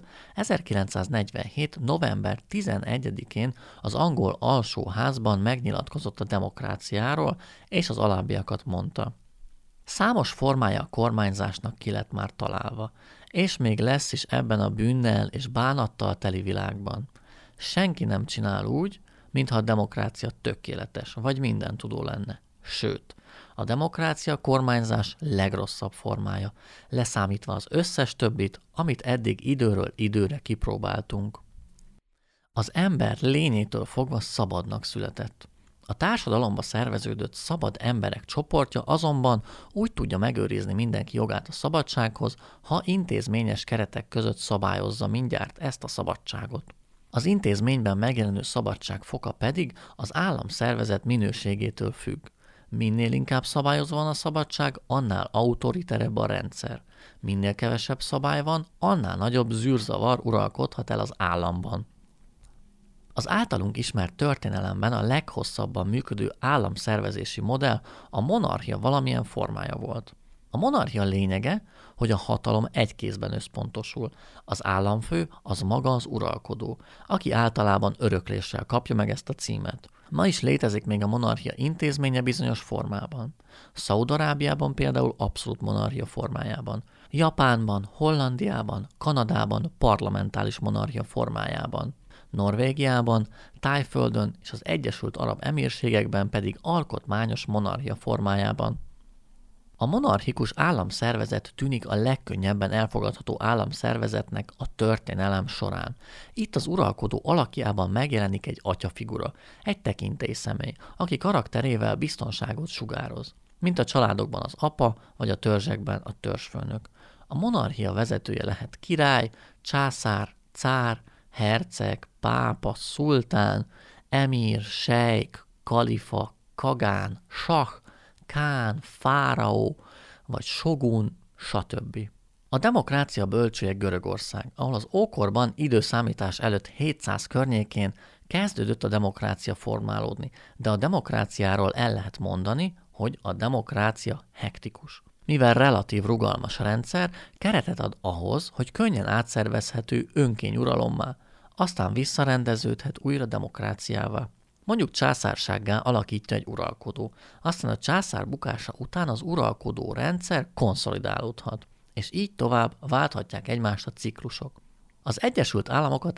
Speaker 8: 1947. november 11-én az angol alsóházban megnyilatkozott a demokráciáról, és az alábbiakat mondta. Számos formája a kormányzásnak ki lett már találva, és még lesz is ebben a bűnnel és bánattal teli világban. Senki nem csinál úgy, mintha a demokrácia tökéletes, vagy mindentudó lenne. Sőt, a demokrácia kormányzás legrosszabb formája, leszámítva az összes többit, amit eddig időről időre kipróbáltunk. Az ember lényétől fogva szabadnak született. A társadalomba szerveződött szabad emberek csoportja azonban úgy tudja megőrizni mindenki jogát a szabadsághoz, ha intézményes keretek között szabályozza mindjárt ezt a szabadságot. Az intézményben megjelenő szabadság foka pedig az állam szervezet minőségétől függ. Minél inkább szabályozva van a szabadság, annál autoriterebb a rendszer. Minél kevesebb szabály van, annál nagyobb zűrzavar uralkodhat el az államban. Az általunk ismert történelemben a leghosszabban működő államszervezési modell a monarchia valamilyen formája volt. A monarchia lényege, hogy a hatalom egy kézben összpontosul. Az államfő az maga az uralkodó, aki általában örökléssel kapja meg ezt a címet. Ma is létezik még a monarchia intézménye bizonyos formában. Szaúd-Arábiában például abszolút monarchia formájában. Japánban, Hollandiában, Kanadában parlamentális monarchia formájában. Norvégiában, Tájföldön és az Egyesült Arab Emírségekben pedig alkotmányos monarchia formájában. A monarchikus államszervezet tűnik a legkönnyebben elfogadható államszervezetnek a történelem során. Itt az uralkodó alakjában megjelenik egy atyafigura, egy tekintélyszemély, aki karakterével biztonságot sugároz, mint a családokban az apa, vagy a törzsekben a törzsfőnök. A monarchia vezetője lehet király, császár, cár, herceg, pápa, szultán, emír, sejk, kalifa, kagán, sah, kán, fáraó, vagy sogun, stb. A demokrácia bölcsője Görögország, ahol az ókorban időszámítás előtt 700 környékén kezdődött a demokrácia formálódni, de a demokráciáról el lehet mondani, hogy a demokrácia hektikus. Mivel relatív rugalmas rendszer, keretet ad ahhoz, hogy könnyen átszervezhető önkényuralommá, aztán visszarendeződhet újra demokráciává. Mondjuk császársággá alakítja egy uralkodó, aztán a császár bukása után az uralkodó rendszer konszolidálódhat, és így tovább válthatják egymást a ciklusok. Az Egyesült Államokat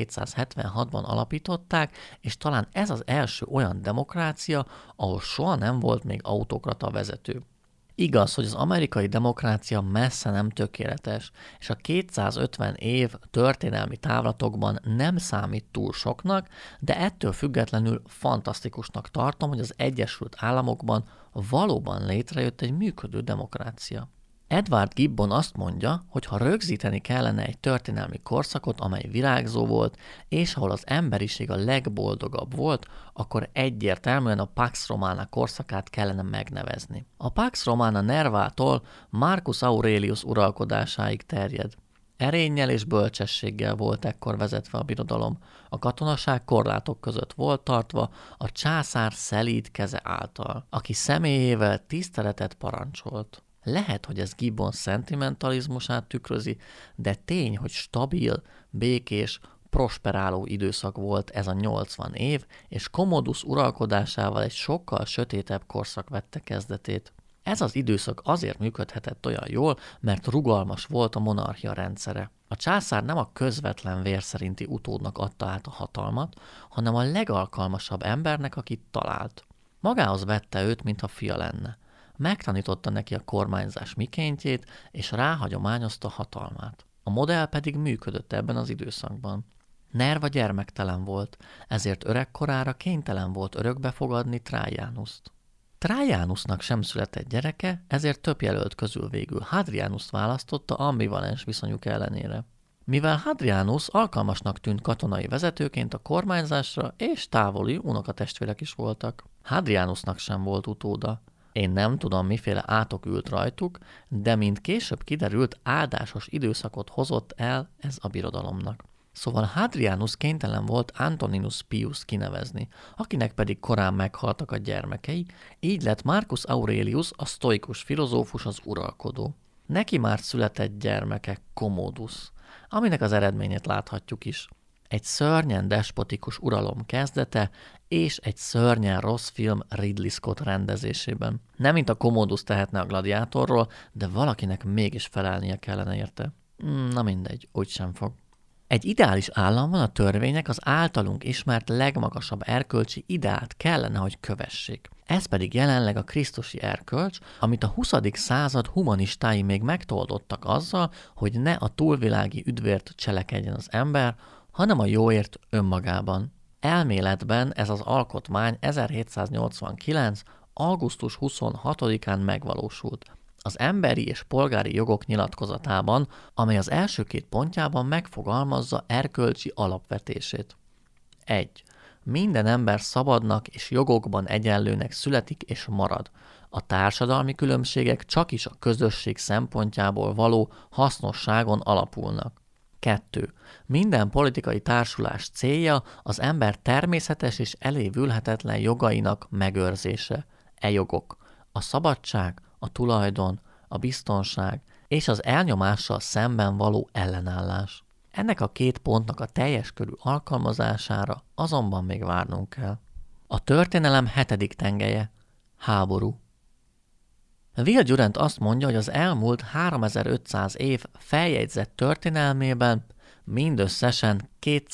Speaker 8: 1776-ban alapították, és talán ez az első olyan demokrácia, ahol soha nem volt még autokrata vezető. Igaz, hogy az amerikai demokrácia messze nem tökéletes, és a 250 év történelmi távlatokban nem számít túl soknak, de ettől függetlenül fantasztikusnak tartom, hogy az Egyesült Államokban valóban létrejött egy működő demokrácia. Edward Gibbon azt mondja, hogy ha rögzíteni kellene egy történelmi korszakot, amely virágzó volt, és ahol az emberiség a legboldogabb volt, akkor egyértelműen a Pax Romana korszakát kellene megnevezni. A Pax Romana Nervától Marcus Aurelius uralkodásáig terjed. Erénnyel és bölcsességgel volt ekkor vezetve a birodalom, a katonaság korlátok között volt tartva a császár szelíd keze által, aki személyével tiszteletet parancsolt. Lehet, hogy ez Gibbon szentimentalizmusát tükrözi, de tény, hogy stabil, békés, prosperáló időszak volt ez a 80 év, és Commodus uralkodásával egy sokkal sötétebb korszak vette kezdetét. Ez az időszak azért működhetett olyan jól, mert rugalmas volt a monarchia rendszere. A császár nem a közvetlen vér szerinti utódnak adta át a hatalmat, hanem a legalkalmasabb embernek, akit talált. Magához vette őt, mintha fia lenne. Megtanította neki a kormányzás mikéntjét, és ráhagyományozta hatalmát. A modell pedig működött ebben az időszakban. Nerva gyermektelen volt, ezért öregkorára kénytelen volt örökbe fogadni Traianust. Traianusnak sem született gyereke, ezért több jelölt közül végül Hadrianust választotta ambivalens viszonyuk ellenére. Mivel Hadrianus alkalmasnak tűnt katonai vezetőként a kormányzásra, és távoli unokatestvérek is voltak. Hadrianusnak sem volt utóda. Én nem tudom, miféle átok ült rajtuk, de mint később kiderült, áldásos időszakot hozott el ez a birodalomnak. Szóval Hadrianus kénytelen volt Antoninus Pius kinevezni, akinek pedig korán meghaltak a gyermekei, így lett Marcus Aurelius, a sztoikus filozófus, az uralkodó. Neki már született gyermeke Commodus, aminek az eredményét láthatjuk is. Egy szörnyen despotikus uralom kezdete, és egy szörnyen rossz film Ridley Scott rendezésében. Nem mint a Commodus tehetne a gladiátorról, de valakinek mégis felelnie kellene érte. Na mindegy, úgysem fog. Egy ideális államban a törvények az általunk ismert legmagasabb erkölcsi ideát kellene, hogy kövessék. Ez pedig jelenleg a krisztusi erkölcs, amit a 20. század humanistái még megtoldottak azzal, hogy ne a túlvilági üdvért cselekedjen az ember, hanem a jóért önmagában. Elméletben ez az alkotmány 1789. augusztus 26-án megvalósult. Az emberi és polgári jogok nyilatkozatában, amely az első 2 pontjában megfogalmazza erkölcsi alapvetését. 1. Minden ember szabadnak és jogokban egyenlőnek születik és marad. A társadalmi különbségek csakis a közösség szempontjából való hasznosságon alapulnak. 2. Minden politikai társulás célja az ember természetes és elévülhetetlen jogainak megőrzése. E jogok: a szabadság, a tulajdon, a biztonság és az elnyomással szemben való ellenállás. Ennek a 2 pontnak a teljes körű alkalmazására azonban még várnunk kell. A történelem 7. tengelye: háború. Will Durant azt mondja, hogy az elmúlt 3500 év feljegyzett történelmében mindösszesen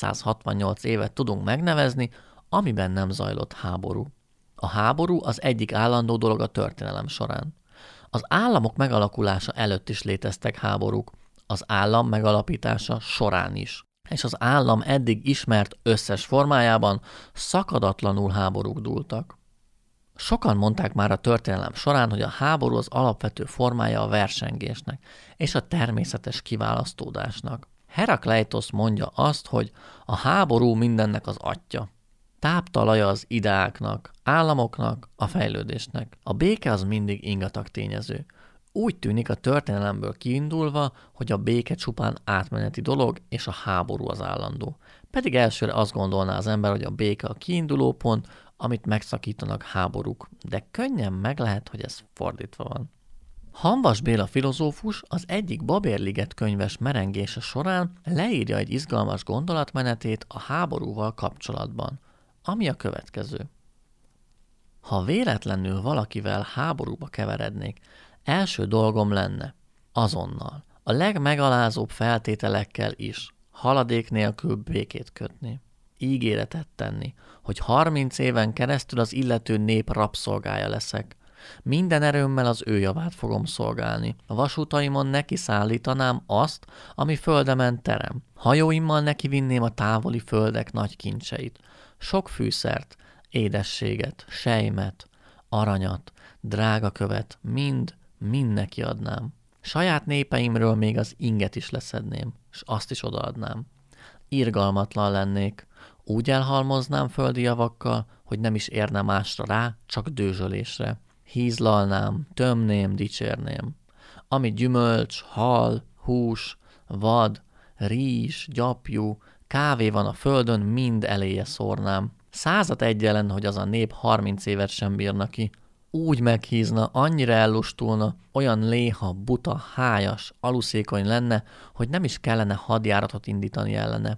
Speaker 8: 268 évet tudunk megnevezni, amiben nem zajlott háború. A háború az egyik állandó dolog a történelem során. Az államok megalakulása előtt is léteztek háborúk, az állam megalapítása során is, és az állam eddig ismert összes formájában szakadatlanul háborúk dúltak. Sokan mondták már a történelem során, hogy a háború az alapvető formája a versengésnek és a természetes kiválasztódásnak. Herakleitos mondja azt, hogy a háború mindennek az atyja. Táptalaja az ideáknak, államoknak, a fejlődésnek. A béke az mindig ingatag tényező. Úgy tűnik a történelemből kiindulva, hogy a béke csupán átmeneti dolog, és a háború az állandó. Pedig elsőre azt gondolná az ember, hogy a béke a kiinduló pont, amit megszakítanak háborúk, de könnyen meg lehet, hogy ez fordítva van. Hamvas Béla filozófus az egyik Babérliget könyves merengése során leírja egy izgalmas gondolatmenetét a háborúval kapcsolatban, ami a következő. Ha véletlenül valakivel háborúba keverednék, első dolgom lenne, azonnal, a legmegalázóbb feltételekkel is, haladék nélkül békét kötni. Ígéretet tenni, hogy 30 éven keresztül az illető nép rabszolgája leszek. Minden erőmmel az ő javát fogom szolgálni. A vasútaimon neki szállítanám azt, ami földemen terem. Hajóimmal neki vinném a távoli földek nagy kincseit. Sok fűszert, édességet, sejmet, aranyat, drágakövet, mind neki adnám. Saját népeimről még az inget is leszedném, és azt is odaadnám. Irgalmatlan lennék, úgy elhalmoznám földi javakkal, hogy nem is érne másra rá, csak dőzsölésre. Hízlalnám, tömném, dicsérném. Ami gyümölcs, hal, hús, vad, rizs, gyapjú, kávé van a földön, mind eléje szórnám. 101 ellen, hogy az a nép 30 évet sem bírna ki. Úgy meghízna, annyira ellustulna, olyan léha, buta, hájas, aluszékony lenne, hogy nem is kellene hadjáratot indítani ellene.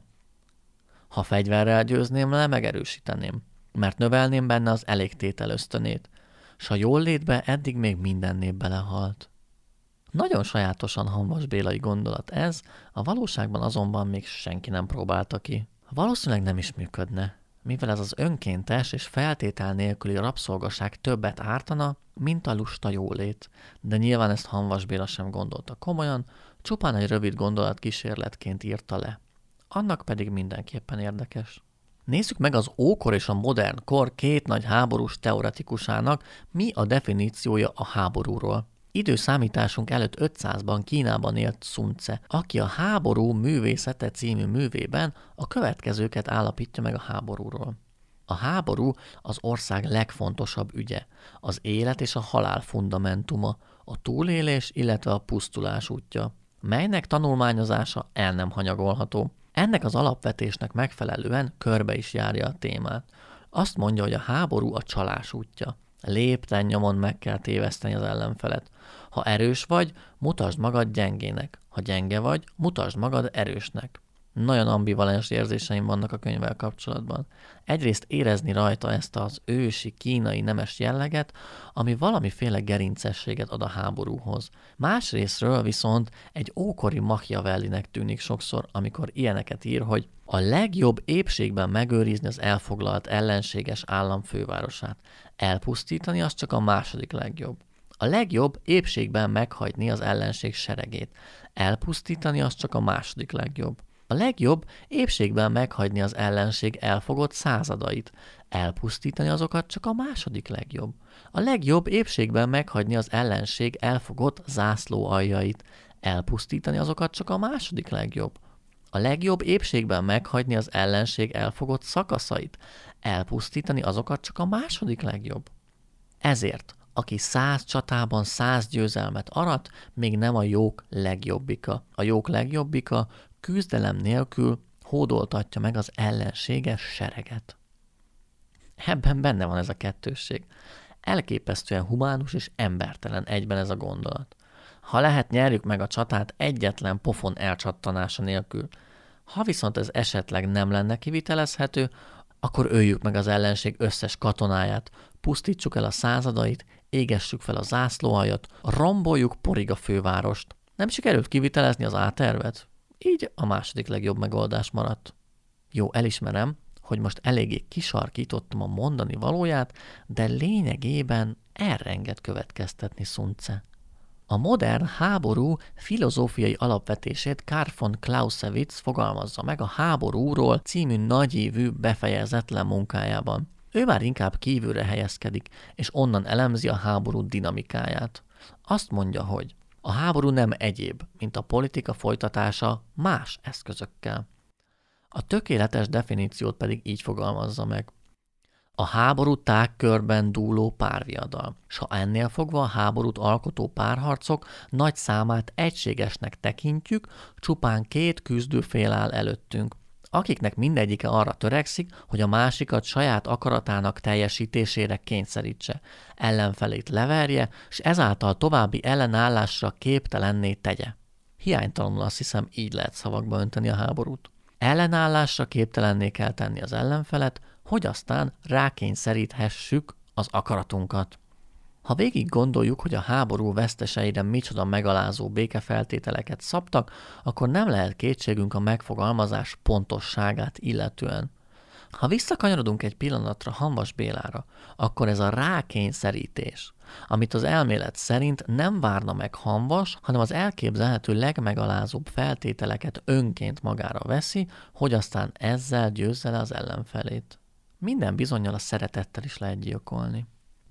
Speaker 8: Ha fegyverrel győzném le, megerősíteném, mert növelném benne az elégtétel ösztönét, s a jóllétbe eddig még minden nép belehalt. Nagyon sajátosan Hamvas Bélai gondolat ez, a valóságban azonban még senki nem próbálta ki. Valószínűleg nem is működne, mivel ez az önkéntes és feltétel nélküli rabszolgaság többet ártana, mint a lusta jólét. De nyilván ezt Hamvas Béla sem gondolta komolyan, csupán egy rövid gondolatkísérletként írta le. Annak pedig mindenképpen érdekes. Nézzük meg az ókor és a modern kor 2 nagy háborús teoretikusának mi a definíciója a háborúról. Időszámításunk előtt 500-ban Kínában élt Sun Tse, aki a Háború művészete című művében a következőket állapítja meg a háborúról. A háború az ország legfontosabb ügye, az élet és a halál fundamentuma, a túlélés, illetve a pusztulás útja, melynek tanulmányozása el nem hanyagolható. Ennek az alapvetésnek megfelelően körbe is járja a témát. Azt mondja, hogy a háború a csalás útja. Lépten nyomon meg kell téveszteni az ellenfelet. Ha erős vagy, mutasd magad gyengének. Ha gyenge vagy, mutasd magad erősnek. Nagyon ambivalens érzéseim vannak a könyvvel kapcsolatban. Egyrészt érezni rajta ezt az ősi kínai nemes jelleget, ami valamiféle gerincességet ad a háborúhoz. Másrésztről viszont egy ókori Machiavellinek tűnik sokszor, amikor ilyeneket ír, hogy a legjobb épségben megőrizni az elfoglalt ellenséges állam fővárosát. Elpusztítani az csak a második legjobb. A legjobb épségben meghagyni az ellenség seregét. Elpusztítani az csak a második legjobb. A legjobb épségben meghagyni az ellenség elfogott századait. Elpusztítani azokat csak a második legjobb. A legjobb épségben meghagyni az ellenség elfogott zászlóaljait. Elpusztítani azokat csak a második legjobb. A legjobb épségben meghagyni az ellenség elfogott szakaszait. Elpusztítani azokat csak a második legjobb. Ezért, aki 100 csatában 100 győzelmet arat, még nem a jók legjobbika. A jók legjobbika küzdelem nélkül hódoltatja meg az ellenséges sereget. Ebben benne van ez a kettősség. Elképesztően humánus és embertelen egyben ez a gondolat. Ha lehet, nyerjük meg a csatát egyetlen pofon elcsattanása nélkül. Ha viszont ez esetleg nem lenne kivitelezhető, akkor öljük meg az ellenség összes katonáját, pusztítsuk el a századait, égessük fel a zászlóaljat, romboljuk porig a fővárost. Nem sikerült kivitelezni az A-tervet? Így a második legjobb megoldás maradt. Jó, elismerem, hogy most eléggé kisarkítottam a mondani valóját, de lényegében erre enged következtetni Sun Tse. A modern háború filozófiai alapvetését Karl von Clausewitz fogalmazza meg a Háborúról című nagyívű befejezetlen munkájában. Ő már inkább kívülre helyezkedik, és onnan elemzi a háború dinamikáját. Azt mondja, hogy a háború nem egyéb, mint a politika folytatása más eszközökkel. A tökéletes definíciót pedig így fogalmazza meg. A háború tágkörben dúló párviadal, s ha ennél fogva a háborút alkotó párharcok nagy számát egységesnek tekintjük, csupán 2 küzdőfél áll előttünk, akiknek mindegyike arra törekszik, hogy a másikat saját akaratának teljesítésére kényszerítse, ellenfelét leverje, s ezáltal további ellenállásra képtelenné tegye. Hiánytalanul azt hiszem, így lehet szavakba önteni a háborút. Ellenállásra képtelenné kell tenni az ellenfelet, hogy aztán rákényszeríthessük az akaratunkat. Ha végig gondoljuk, hogy a háború veszteseire micsoda megalázó békefeltételeket szabtak, akkor nem lehet kétségünk a megfogalmazás pontosságát illetően. Ha visszakanyarodunk egy pillanatra Hamvas Bélára, akkor ez a rákényszerítés, amit az elmélet szerint nem várna meg Hamvas, hanem az elképzelhető legmegalázóbb feltételeket önként magára veszi, hogy aztán ezzel győzze le az ellenfelét. Minden bizonnyal a szeretettel is lehet gyilkolni.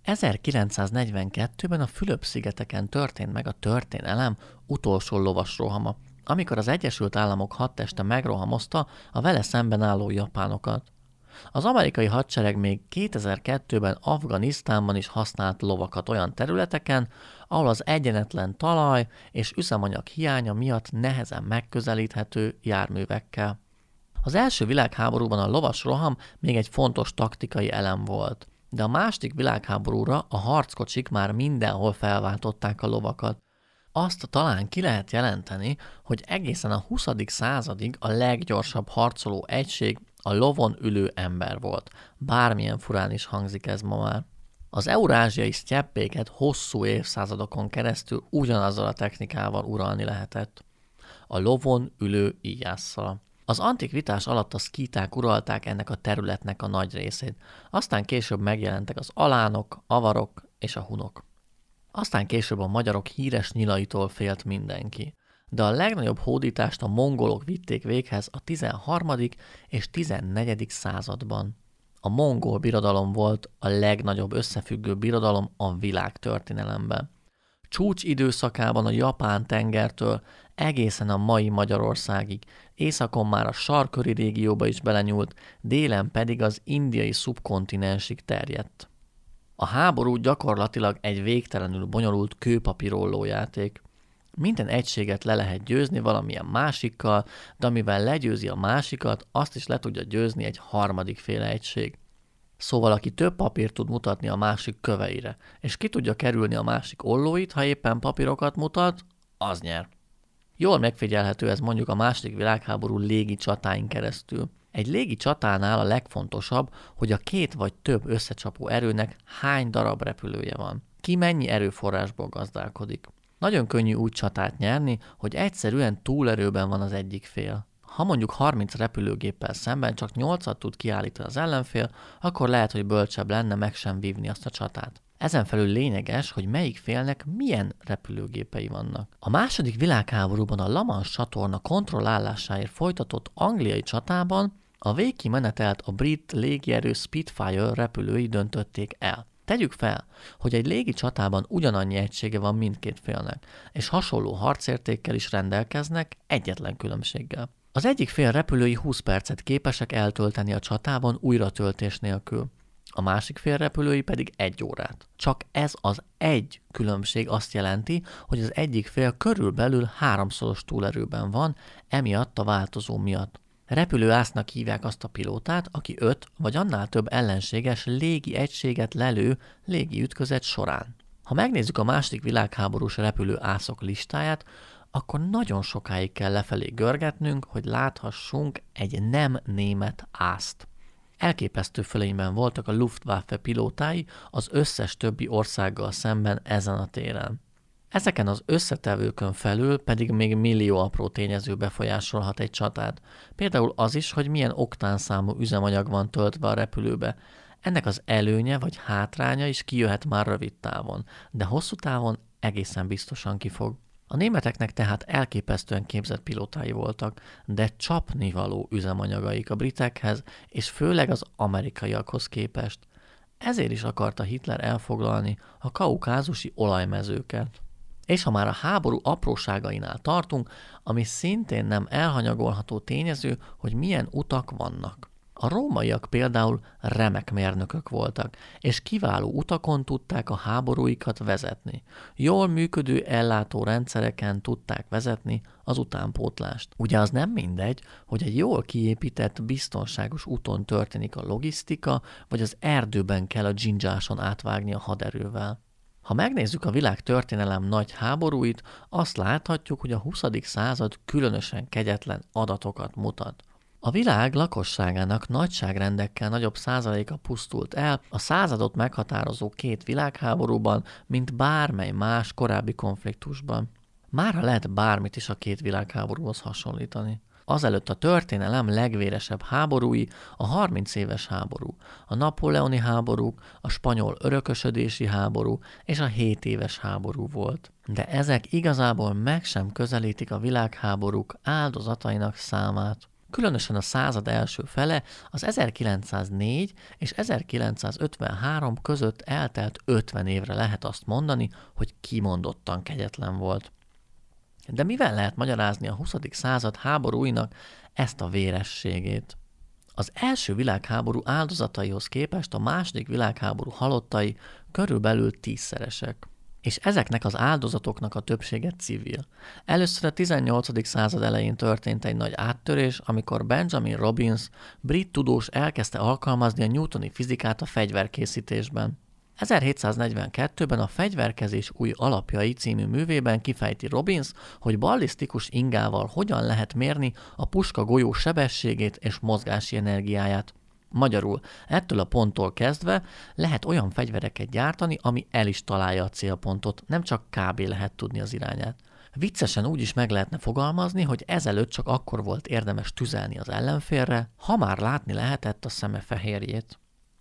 Speaker 8: 1942-ben a Fülöp-szigeteken történt meg a történelem utolsó lovasrohama, amikor az Egyesült Államok hadteste megrohamozta a vele szemben álló japánokat. Az amerikai hadsereg még 2002-ben Afganisztánban is használt lovakat olyan területeken, ahol az egyenetlen talaj és üzemanyag hiánya miatt nehezen megközelíthető járművekkel. Az első világháborúban a lovasroham még egy fontos taktikai elem volt, de a második világháborúra a harckocsik már mindenhol felváltották a lovakat. Azt talán ki lehet jelenteni, hogy egészen a 20. századig a leggyorsabb harcoló egység a lovon ülő ember volt. Bármilyen furán is hangzik ez ma már. Az eurázsiai sztyeppéket hosszú évszázadokon keresztül ugyanazzal a technikával uralni lehetett. A lovon ülő íjásszal. Az antikvitás alatt a szkíták uralták ennek a területnek a nagy részét, aztán később megjelentek az alánok, avarok és a hunok. Aztán később a magyarok híres nyilaitól félt mindenki, de a legnagyobb hódítást a mongolok vitték véghez a 13. és 14. században. A mongol birodalom volt a legnagyobb összefüggő birodalom a világtörténelemben. Csúcs időszakában a Japán-tengertől egészen a mai Magyarországig, északon már a sarkköri régióba is belenyúlt, délen pedig az indiai szubkontinensig terjedt. A háború gyakorlatilag egy végtelenül bonyolult kőpapírolló játék. Minden egységet le lehet győzni valamilyen másikkal, de amivel legyőzi a másikat, azt is le tudja győzni egy harmadik féle egység. Szóval aki több papírt tud mutatni a másik köveire, és ki tudja kerülni a másik ollóit, ha éppen papírokat mutat, az nyer. Jól megfigyelhető ez mondjuk a második világháború légi csatáin keresztül. Egy légi csatánál a legfontosabb, hogy a 2 vagy több összecsapó erőnek hány darab repülője van. Ki mennyi erőforrásból gazdálkodik. Nagyon könnyű úgy csatát nyerni, hogy egyszerűen túlerőben van az egyik fél. Ha mondjuk 30 repülőgéppel szemben csak 8-at tud kiállítani az ellenfél, akkor lehet, hogy bölcsebb lenne meg sem vívni azt a csatát. Ezen felül lényeges, hogy melyik félnek milyen repülőgépei vannak. A második világháborúban a La Manche csatorna kontrollálásáért folytatott angliai csatában a végkimenetelt a brit légierő Spitfire repülői döntötték el. Tegyük fel, hogy egy légi csatában ugyanannyi egysége van mindkét félnek, és hasonló harcértékkel is rendelkeznek egyetlen különbséggel. Az egyik fél repülői 20 percet képesek eltölteni a csatában újratöltés nélkül, a másik fél repülői pedig 1 órát. Csak ez az egy különbség azt jelenti, hogy az egyik fél körülbelül 3-szoros túlerőben van, emiatt a változó miatt. Repülőásznak hívják azt a pilótát, aki 5 vagy annál több ellenséges légi egységet lelő légi ütközet során. Ha megnézzük a második világháborús repülőászok listáját, akkor nagyon sokáig kell lefelé görgetnünk, hogy láthassunk egy nem német ászt. Elképesztő fölényben voltak a Luftwaffe pilótái az összes többi országgal szemben ezen a téren. Ezeken az összetevőkön felül pedig még millió apró tényező befolyásolhat egy csatát. Például az is, hogy milyen oktánszámú üzemanyag van töltve a repülőbe. Ennek az előnye vagy hátránya is kijöhet már rövid távon, de hosszú távon egészen biztosan kifog. A németeknek tehát elképesztően képzett pilótái voltak, de csapnivaló üzemanyagaik a britekhez, és főleg az amerikaiakhoz képest. Ezért is akarta Hitler elfoglalni a kaukázusi olajmezőket. És ha már a háború apróságainál tartunk, ami szintén nem elhanyagolható tényező, hogy milyen utak vannak. A rómaiak például remek mérnökök voltak, és kiváló utakon tudták a háborúikat vezetni. Jól működő ellátórendszereken tudták vezetni az utánpótlást. Ugye az nem mindegy, hogy egy jól kiépített, biztonságos úton történik a logisztika, vagy az erdőben kell a dzsindzsáson átvágni a haderővel. Ha megnézzük a világ történelem nagy háborúit, azt láthatjuk, hogy a 20. század különösen kegyetlen adatokat mutat. A világ lakosságának nagyságrendekkel nagyobb százaléka pusztult el a századot meghatározó 2 világháborúban, mint bármely más korábbi konfliktusban. Mára lehet bármit is a 2 világháborúhoz hasonlítani. Azelőtt a történelem legvéresebb háborúi a 30 éves háború, a napóleoni háborúk, a spanyol örökösödési háború és a 7 éves háború volt. De ezek igazából meg sem közelítik a világháborúk áldozatainak számát. Különösen a század első fele az 1904 és 1953 között eltelt 50 évre lehet azt mondani, hogy kimondottan kegyetlen volt. De mivel lehet magyarázni a 20. század háborúinak ezt a vérességét? Az első világháború áldozataihoz képest a második világháború halottai körülbelül 10-szeresek. És ezeknek az áldozatoknak a többsége civil. Először a 18. század elején történt egy nagy áttörés, amikor Benjamin Robbins, brit tudós elkezdte alkalmazni a newtoni fizikát a fegyverkészítésben. 1742-ben a Fegyverkezés új alapjai című művében kifejti Robbins, hogy ballisztikus ingával hogyan lehet mérni a puska golyó sebességét és mozgási energiáját. Magyarul, ettől a ponttól kezdve lehet olyan fegyvereket gyártani, ami el is találja a célpontot, nem csak kb. Lehet tudni az irányát. Viccesen úgy is meg lehetne fogalmazni, hogy ezelőtt csak akkor volt érdemes tüzelni az ellenfélre, ha már látni lehetett a szeme fehérjét.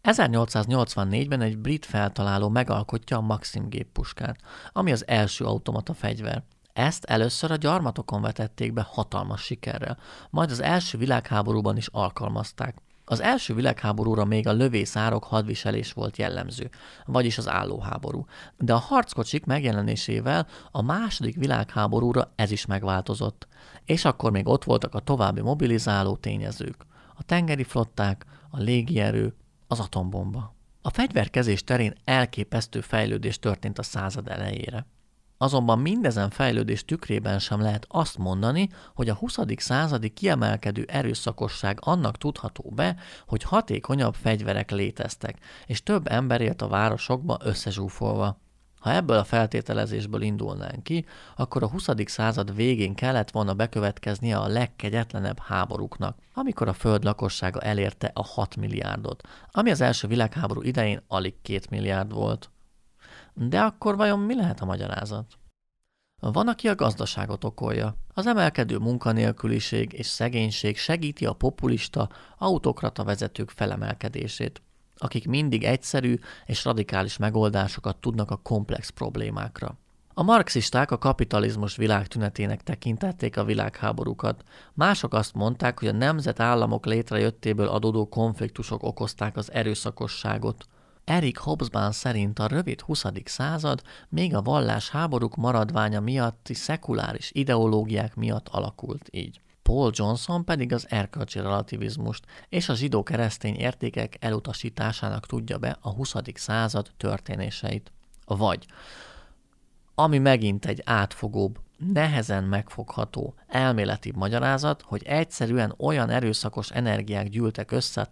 Speaker 8: 1884-ben egy brit feltaláló megalkotja a Maxim géppuskát, ami az első automata fegyver. Ezt először a gyarmatokon vetették be hatalmas sikerrel, majd az első világháborúban is alkalmazták. Az első világháborúra még a lövészárok hadviselés volt jellemző, vagyis az állóháború. De a harckocsik megjelenésével a második világháborúra ez is megváltozott. És akkor még ott voltak a további mobilizáló tényezők. A tengeri flották, a légierő, az atombomba. A fegyverkezés terén elképesztő fejlődés történt a század elejére. Azonban mindezen fejlődés tükrében sem lehet azt mondani, hogy a 20. századi kiemelkedő erőszakosság annak tudható be, hogy hatékonyabb fegyverek léteztek, és több ember élt a városokba összezsúfolva. Ha ebből a feltételezésből indulnánk ki, akkor a 20. század végén kellett volna bekövetkeznie a legkegyetlenebb háborúknak, amikor a föld lakossága elérte a 6 milliárdot, ami az első világháború idején alig 2 milliárd volt. De akkor vajon mi lehet a magyarázat? Van, aki a gazdaságot okolja. Az emelkedő munkanélküliség és szegénység segíti a populista, autokrata vezetők felemelkedését, akik mindig egyszerű és radikális megoldásokat tudnak a komplex problémákra. A marxisták a kapitalizmus világtünetének tekintették a világháborúkat. Mások azt mondták, hogy a nemzetállamok létrejöttéből adódó konfliktusok okozták az erőszakosságot. Eric Hobsbawm szerint a rövid 20. század még a vallásháborúk maradványa miatti szekuláris ideológiák miatt alakult így. Paul Johnson pedig az erkölcsi relativizmust és a zsidó-keresztény értékek elutasításának tudja be a 20. század történéseit. Vagy, ami megint egy átfogóbb, nehezen megfogható, elméleti magyarázat, hogy egyszerűen olyan erőszakos energiák gyűltek össze a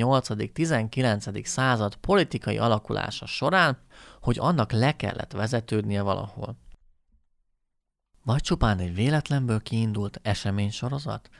Speaker 8: 18.-19. század politikai alakulása során, hogy annak le kellett vezetődnie valahol. Vagy csupán egy véletlenből kiindult eseménysorozat?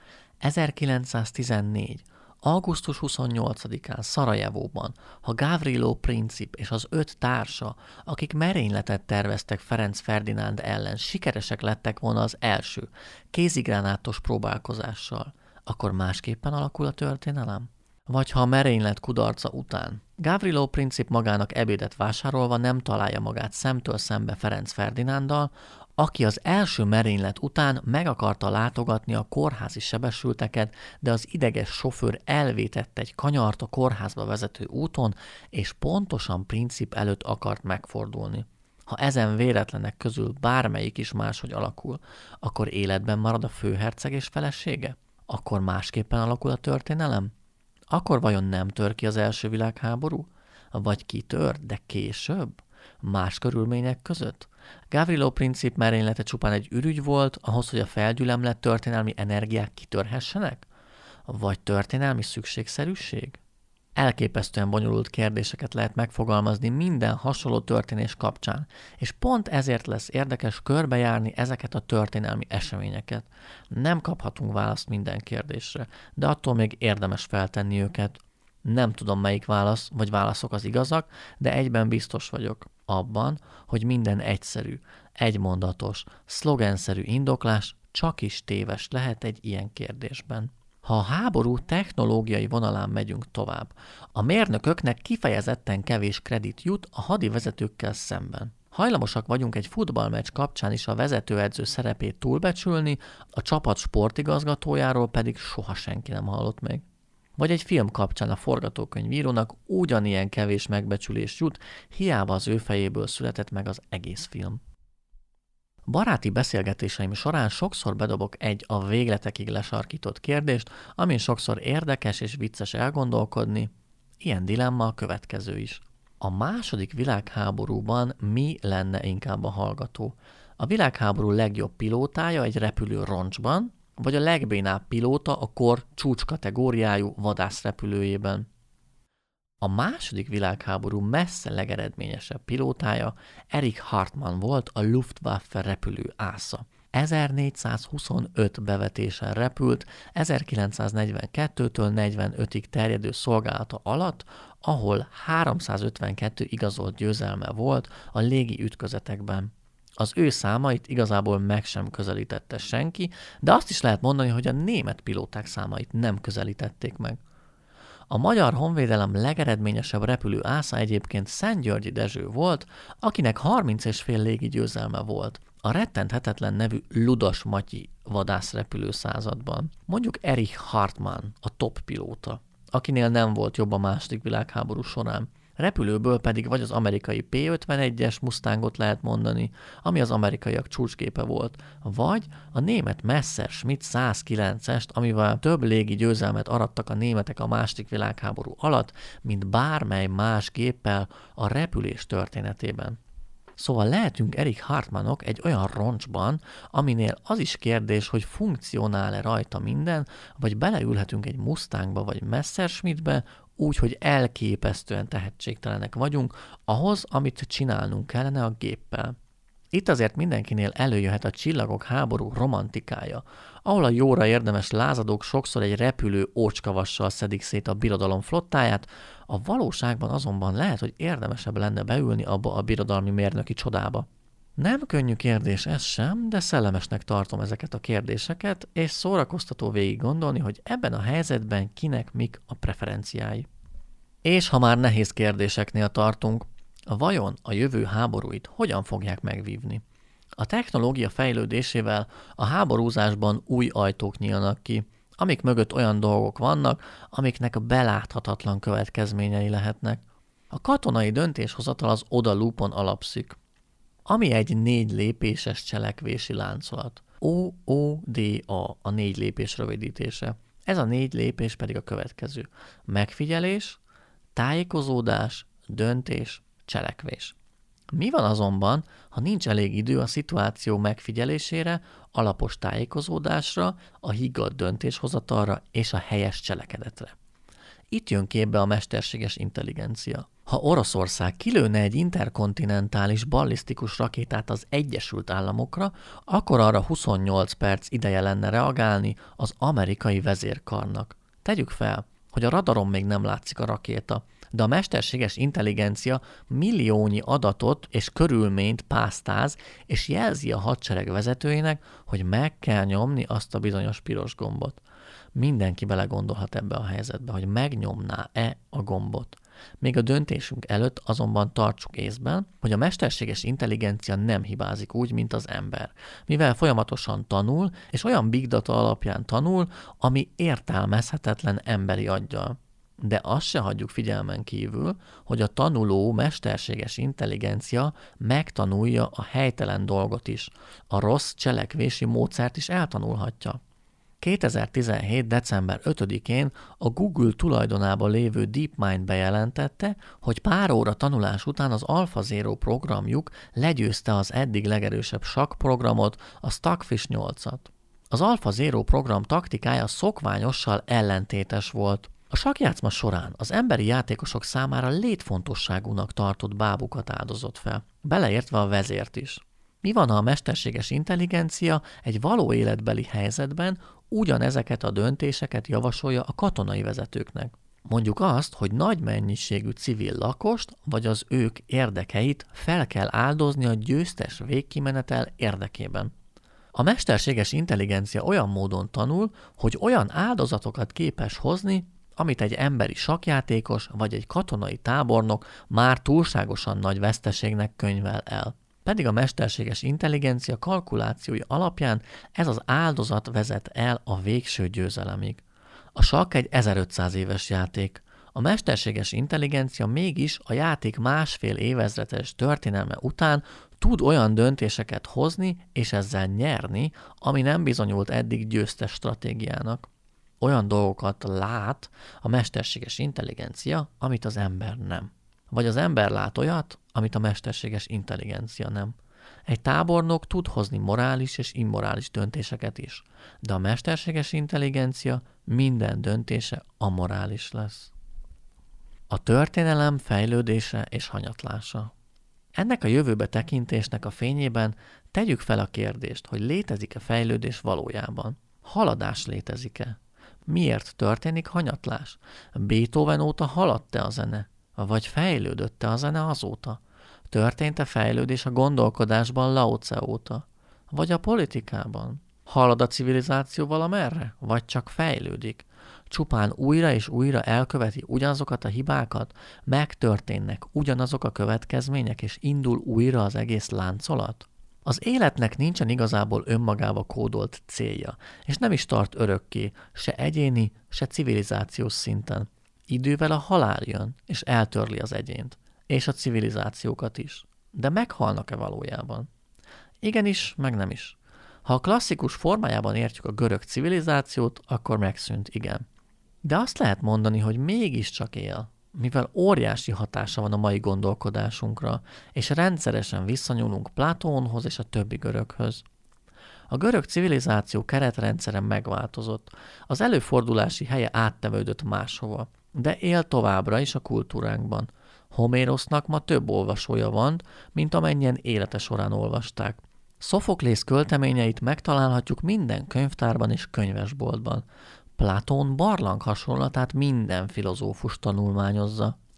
Speaker 8: 1914. augusztus 28-án Szarajevóban, ha Gavrilo Princip és az 5 társa, akik merényletet terveztek Ferenc Ferdinánd ellen, sikeresek lettek volna az első, kézigránátos próbálkozással, akkor másképpen alakul a történelem? Vagy ha a merénylet kudarca után Gavrilo Princip magának ebédet vásárolva nem találja magát szemtől szembe Ferenc Ferdinánddal, aki az első merénylet után meg akarta látogatni a kórházi sebesülteket, de az ideges sofőr elvétett egy kanyart a kórházba vezető úton, és pontosan Princip előtt akart megfordulni. Ha ezen véletlenek közül bármelyik is máshogy alakul, akkor életben marad a főherceg és felesége? Akkor másképpen alakul a történelem? Akkor vajon nem tör ki az első világháború? Vagy kitör, de később? Más körülmények között? Gavrilo Princip merénylete csupán egy ürügy volt ahhoz, hogy a felgyülemlett történelmi energiák kitörhessenek? Vagy történelmi szükségszerűség? Elképesztően bonyolult kérdéseket lehet megfogalmazni minden hasonló történés kapcsán, és pont ezért lesz érdekes körbejárni ezeket a történelmi eseményeket. Nem kaphatunk választ minden kérdésre, de attól még érdemes feltenni őket. Nem tudom, melyik válasz vagy válaszok az igazak, de egyben biztos vagyok abban, hogy minden egyszerű, egymondatos, szlogenszerű indoklás csak is téves lehet egy ilyen kérdésben. Ha a háború technológiai vonalán megyünk tovább, a mérnököknek kifejezetten kevés kredit jut a hadivezetőkkel szemben. Hajlamosak vagyunk egy futballmeccs kapcsán is a vezetőedző szerepét túlbecsülni, a csapat sportigazgatójáról pedig soha senki nem hallott még. Vagy egy film kapcsán a forgatókönyvírónak ugyanilyen kevés megbecsülés jut, hiába az ő fejéből született meg az egész film. Baráti beszélgetéseim során sokszor bedobok egy a végletekig lesarkított kérdést, amin sokszor érdekes és vicces elgondolkodni, ilyen dilemma a következő is. A második világháborúban mi lenne inkább a hallgató? A világháború legjobb pilótája egy repülő roncsban, vagy a legbénább pilóta a kor csúcskategóriájú vadászrepülőjében? A második világháború messze legeredményesebb pilótája Erich Hartmann volt, a Luftwaffe repülő ásza. 1425 bevetésen repült 1942-től 45-ig terjedő szolgálata alatt, ahol 352 igazolt győzelme volt a légi ütközetekben. Az ő számait igazából meg sem közelítette senki, de azt is lehet mondani, hogy a német pilóták számait nem közelítették meg. A magyar honvédelem legeredményesebb repülő ásza egyébként Szentgyörgyi Dezső volt, akinek 30,5 légi győzelme volt a rettenthetetlen nevű Ludas Matyi vadászrepülő században. Mondjuk Erich Hartmann, a top pilóta, akinél nem volt jobb a második világháború során. Repülőből pedig vagy az amerikai P-51-es Mustangot lehet mondani, ami az amerikaiak csúcsgépe volt, vagy a német Messerschmitt 109-est, amivel több légi győzelmet arattak a németek a második világháború alatt, mint bármely más géppel a repülés történetében. Szóval lehetünk Erich Hartmannok egy olyan roncsban, aminél az is kérdés, hogy funkcionál-e rajta minden, vagy beleülhetünk egy Mustangba vagy Messerschmittbe, úgy, hogy elképesztően tehetségtelenek vagyunk ahhoz, amit csinálnunk kellene a géppel. Itt azért mindenkinél előjöhet a Csillagok háború romantikája, ahol a jóra érdemes lázadók sokszor egy repülő ócskavassal szedik szét a birodalom flottáját, a valóságban azonban lehet, hogy érdemesebb lenne beülni abba a birodalmi mérnöki csodába. Nem könnyű kérdés ez sem, de szellemesnek tartom ezeket a kérdéseket, és szórakoztató végig gondolni, hogy ebben a helyzetben kinek mik a preferenciái. És ha már nehéz kérdéseknél tartunk, vajon a jövő háborúit hogyan fogják megvívni? A technológia fejlődésével a háborúzásban új ajtók nyílnak ki, amik mögött olyan dolgok vannak, amiknek beláthatatlan következményei lehetnek. A katonai döntéshozatal az ODA loopon alapszik, ami egy 4 lépéses cselekvési láncolat. OODA a 4 lépés rövidítése. Ez a 4 lépés pedig a következő. Megfigyelés, tájékozódás, döntés, cselekvés. Mi van azonban, ha nincs elég idő a szituáció megfigyelésére, alapos tájékozódásra, a higgadt döntéshozatalra és a helyes cselekedetre? Itt jön képbe a mesterséges intelligencia. Ha Oroszország kilőne egy interkontinentális ballisztikus rakétát az Egyesült Államokra, akkor arra 28 perc ideje lenne reagálni az amerikai vezérkarnak. Tegyük fel, hogy a radaron még nem látszik a rakéta, de a mesterséges intelligencia milliónyi adatot és körülményt pásztáz, és jelzi a hadsereg vezetőinek, hogy meg kell nyomni azt a bizonyos piros gombot. Mindenki belegondolhat ebbe a helyzetbe, hogy megnyomná-e a gombot. Még a döntésünk előtt azonban tartsuk észben, hogy a mesterséges intelligencia nem hibázik úgy, mint az ember, mivel folyamatosan tanul, és olyan big data alapján tanul, ami értelmezhetetlen emberi aggyal. De azt se hagyjuk figyelmen kívül, hogy a tanuló mesterséges intelligencia megtanulja a helytelen dolgot is, a rossz cselekvési módszert is eltanulhatja. 2017. december 5-én a Google tulajdonában lévő DeepMind bejelentette, hogy pár óra tanulás után az AlphaZero programjuk legyőzte az eddig legerősebb sakkprogramot, a Stockfish 8-at. Az AlphaZero program taktikája szokványossal ellentétes volt. A sakkjátszma során az emberi játékosok számára létfontosságúnak tartott bábukat áldozott fel, beleértve a vezért is. Mi van, ha a mesterséges intelligencia egy való életbeli helyzetben ugyanezeket a döntéseket javasolja a katonai vezetőknek? Mondjuk azt, hogy nagy mennyiségű civil lakost, vagy az ők érdekeit fel kell áldozni a győztes végkimenetel érdekében. A mesterséges intelligencia olyan módon tanul, hogy olyan áldozatokat képes hozni, amit egy emberi sakkjátékos vagy egy katonai tábornok már túlságosan nagy veszteségnek könyvel el. Pedig a mesterséges intelligencia kalkulációi alapján ez az áldozat vezet el a végső győzelemig. A sakk egy 1500 éves játék. A mesterséges intelligencia mégis a játék másfél évezredes történelme után tud olyan döntéseket hozni és ezzel nyerni, ami nem bizonyult eddig győztes stratégiának. Olyan dolgokat lát a mesterséges intelligencia, amit az ember nem. Vagy az ember lát olyat, amit a mesterséges intelligencia nem. Egy tábornok tud hozni morális és immorális döntéseket is, de a mesterséges intelligencia minden döntése amorális lesz. A történelem fejlődése és hanyatlása. Ennek a jövőbe tekintésnek a fényében tegyük fel a kérdést, hogy létezik-e fejlődés valójában? Haladás létezik-e? Miért történik hanyatlás? Beethoven óta haladt-e a zene? Vagy fejlődött-e a zene azóta? Történt-e fejlődés a gondolkodásban Lao Tse óta? Vagy a politikában? Halad a civilizáció valamerre? Vagy csak fejlődik? Csupán újra és újra elköveti ugyanazokat a hibákat? Megtörténnek ugyanazok a következmények, és indul újra az egész láncolat? Az életnek nincsen igazából önmagába kódolt célja, és nem is tart örökké, se egyéni, se civilizációs szinten. Idővel a halál jön, és eltörli az egyént, és a civilizációkat is. De meghalnak-e valójában? Igenis, meg nem is. Ha a klasszikus formájában értjük a görög civilizációt, akkor megszűnt, igen. De azt lehet mondani, hogy mégiscsak él, mivel óriási hatása van a mai gondolkodásunkra, és rendszeresen visszanyúlunk Platónhoz és a többi göröghöz. A görög civilizáció keretrendszere megváltozott, az előfordulási helye áttevődött máshova, de él továbbra is a kultúránkban. Homérosznak ma több olvasója van, mint amennyien élete során olvasták. Szofoklész költeményeit megtalálhatjuk minden könyvtárban és könyvesboltban. Platón barlang hasonlatát minden filozófus tanulmányozza.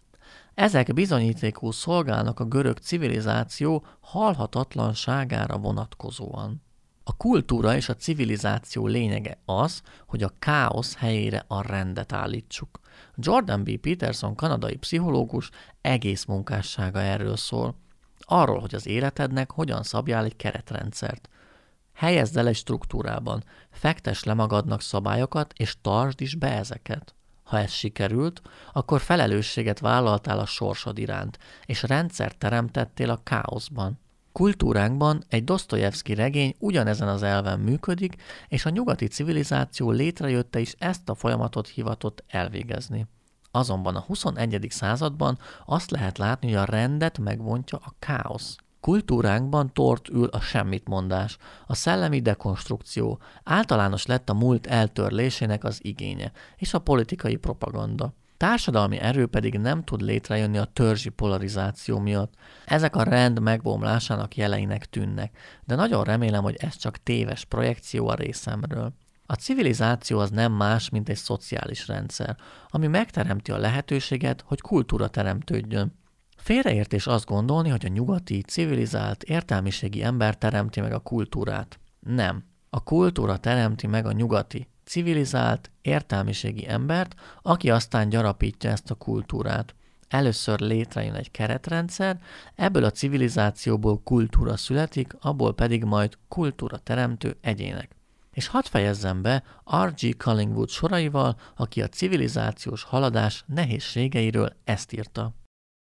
Speaker 8: Ezek bizonyítékul szolgálnak a görög civilizáció halhatatlanságára vonatkozóan. A kultúra és a civilizáció lényege az, hogy a káosz helyére a rendet állítsuk. Jordan B. Peterson kanadai pszichológus egész munkássága erről szól. Arról, hogy az életednek hogyan szabjál egy keretrendszert. Helyezd el egy struktúrában, fektess le magadnak szabályokat, és tartsd is be ezeket. Ha ez sikerült, akkor felelősséget vállaltál a sorsod iránt, és rendszert teremtettél a káoszban. Kultúránkban egy Dosztojevszki regény ugyanezen az elven működik, és a nyugati civilizáció létrejötte is ezt a folyamatot hivatott elvégezni. Azonban a 21. században azt lehet látni, hogy a rendet megbontja a káosz. Kultúránkban tort ül a semmitmondás, a szellemi dekonstrukció, általános lett a múlt eltörlésének az igénye, és a politikai propaganda. Társadalmi erő pedig nem tud létrejönni a törzsi polarizáció miatt. Ezek a rend megbomlásának jeleinek tűnnek, de nagyon remélem, hogy ez csak téves projekció a részemről. A civilizáció az nem más, mint egy szociális rendszer, ami megteremti a lehetőséget, hogy kultúra teremtődjön. Félreértés azt gondolni, hogy a nyugati, civilizált, értelmiségi ember teremti meg a kultúrát. Nem. A kultúra teremti meg a nyugati, civilizált, értelmiségi embert, aki aztán gyarapítja ezt a kultúrát. Először létrejön egy keretrendszer, ebből a civilizációból kultúra születik, abból pedig majd kultúra teremtő egyének. És hadd fejezzem be R.G. Collingwood soraival, aki a civilizációs haladás nehézségeiről ezt írta.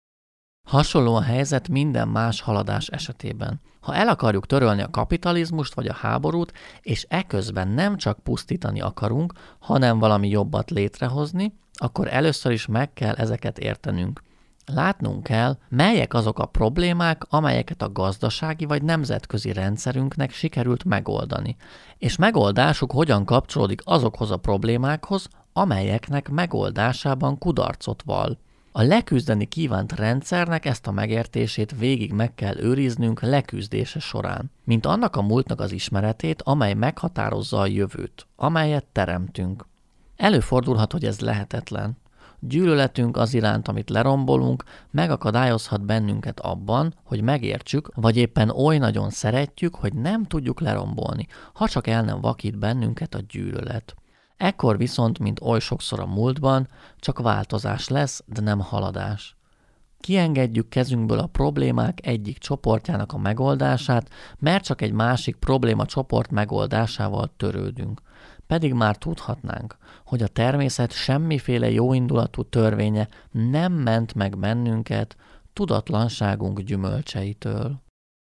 Speaker 8: Hasonló a helyzet minden más haladás esetében. Ha el akarjuk törölni a kapitalizmust vagy a háborút, és eközben nem csak pusztítani akarunk, hanem valami jobbat létrehozni, akkor először is meg kell ezeket értenünk. Látnunk kell, melyek azok a problémák, amelyeket a gazdasági vagy nemzetközi rendszerünknek sikerült megoldani, és megoldásuk hogyan kapcsolódik azokhoz a problémákhoz, amelyeknek megoldásában kudarcot vall. A leküzdeni kívánt rendszernek ezt a megértését végig meg kell őriznünk leküzdése során, mint annak a múltnak az ismeretét, amely meghatározza a jövőt, amelyet teremtünk. Előfordulhat, hogy ez lehetetlen. Gyűlöletünk az iránt, amit lerombolunk, megakadályozhat bennünket abban, hogy megértsük, vagy éppen oly nagyon szeretjük, hogy nem tudjuk lerombolni, ha csak el nem vakít bennünket a gyűlölet. Ekkor viszont, mint oly sokszor a múltban, csak változás lesz, de nem haladás. Kiengedjük kezünkből a problémák egyik csoportjának a megoldását, mert csak egy másik probléma csoport megoldásával törődünk. Pedig már tudhatnánk, hogy a természet semmiféle jóindulatú törvénye nem ment meg bennünket tudatlanságunk gyümölcseitől.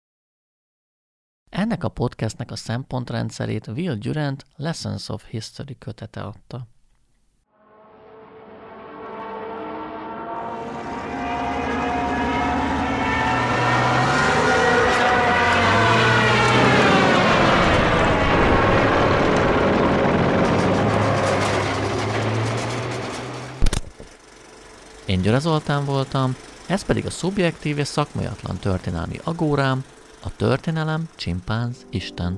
Speaker 8: Ennek a podcastnek a szempontrendszerét Will Durant Lessons of History kötete adta. Én Győre Zoltán voltam, ez pedig a szubjektív és szakmaiatlan történelmi agórám, a történelem csimpánz Isten.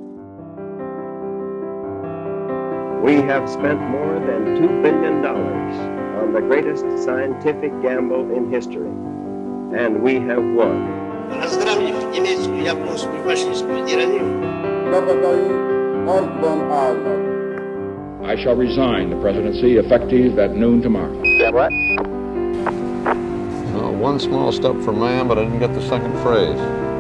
Speaker 5: We have spent more than $2 billion on the greatest scientific gamble in history, and we have won.
Speaker 10: Разгромив немецкую, японскую, фашистскую тиранию.
Speaker 11: I shall resign the presidency effective at noon tomorrow.
Speaker 3: What?
Speaker 12: One small step for man, but I didn't get the second phrase.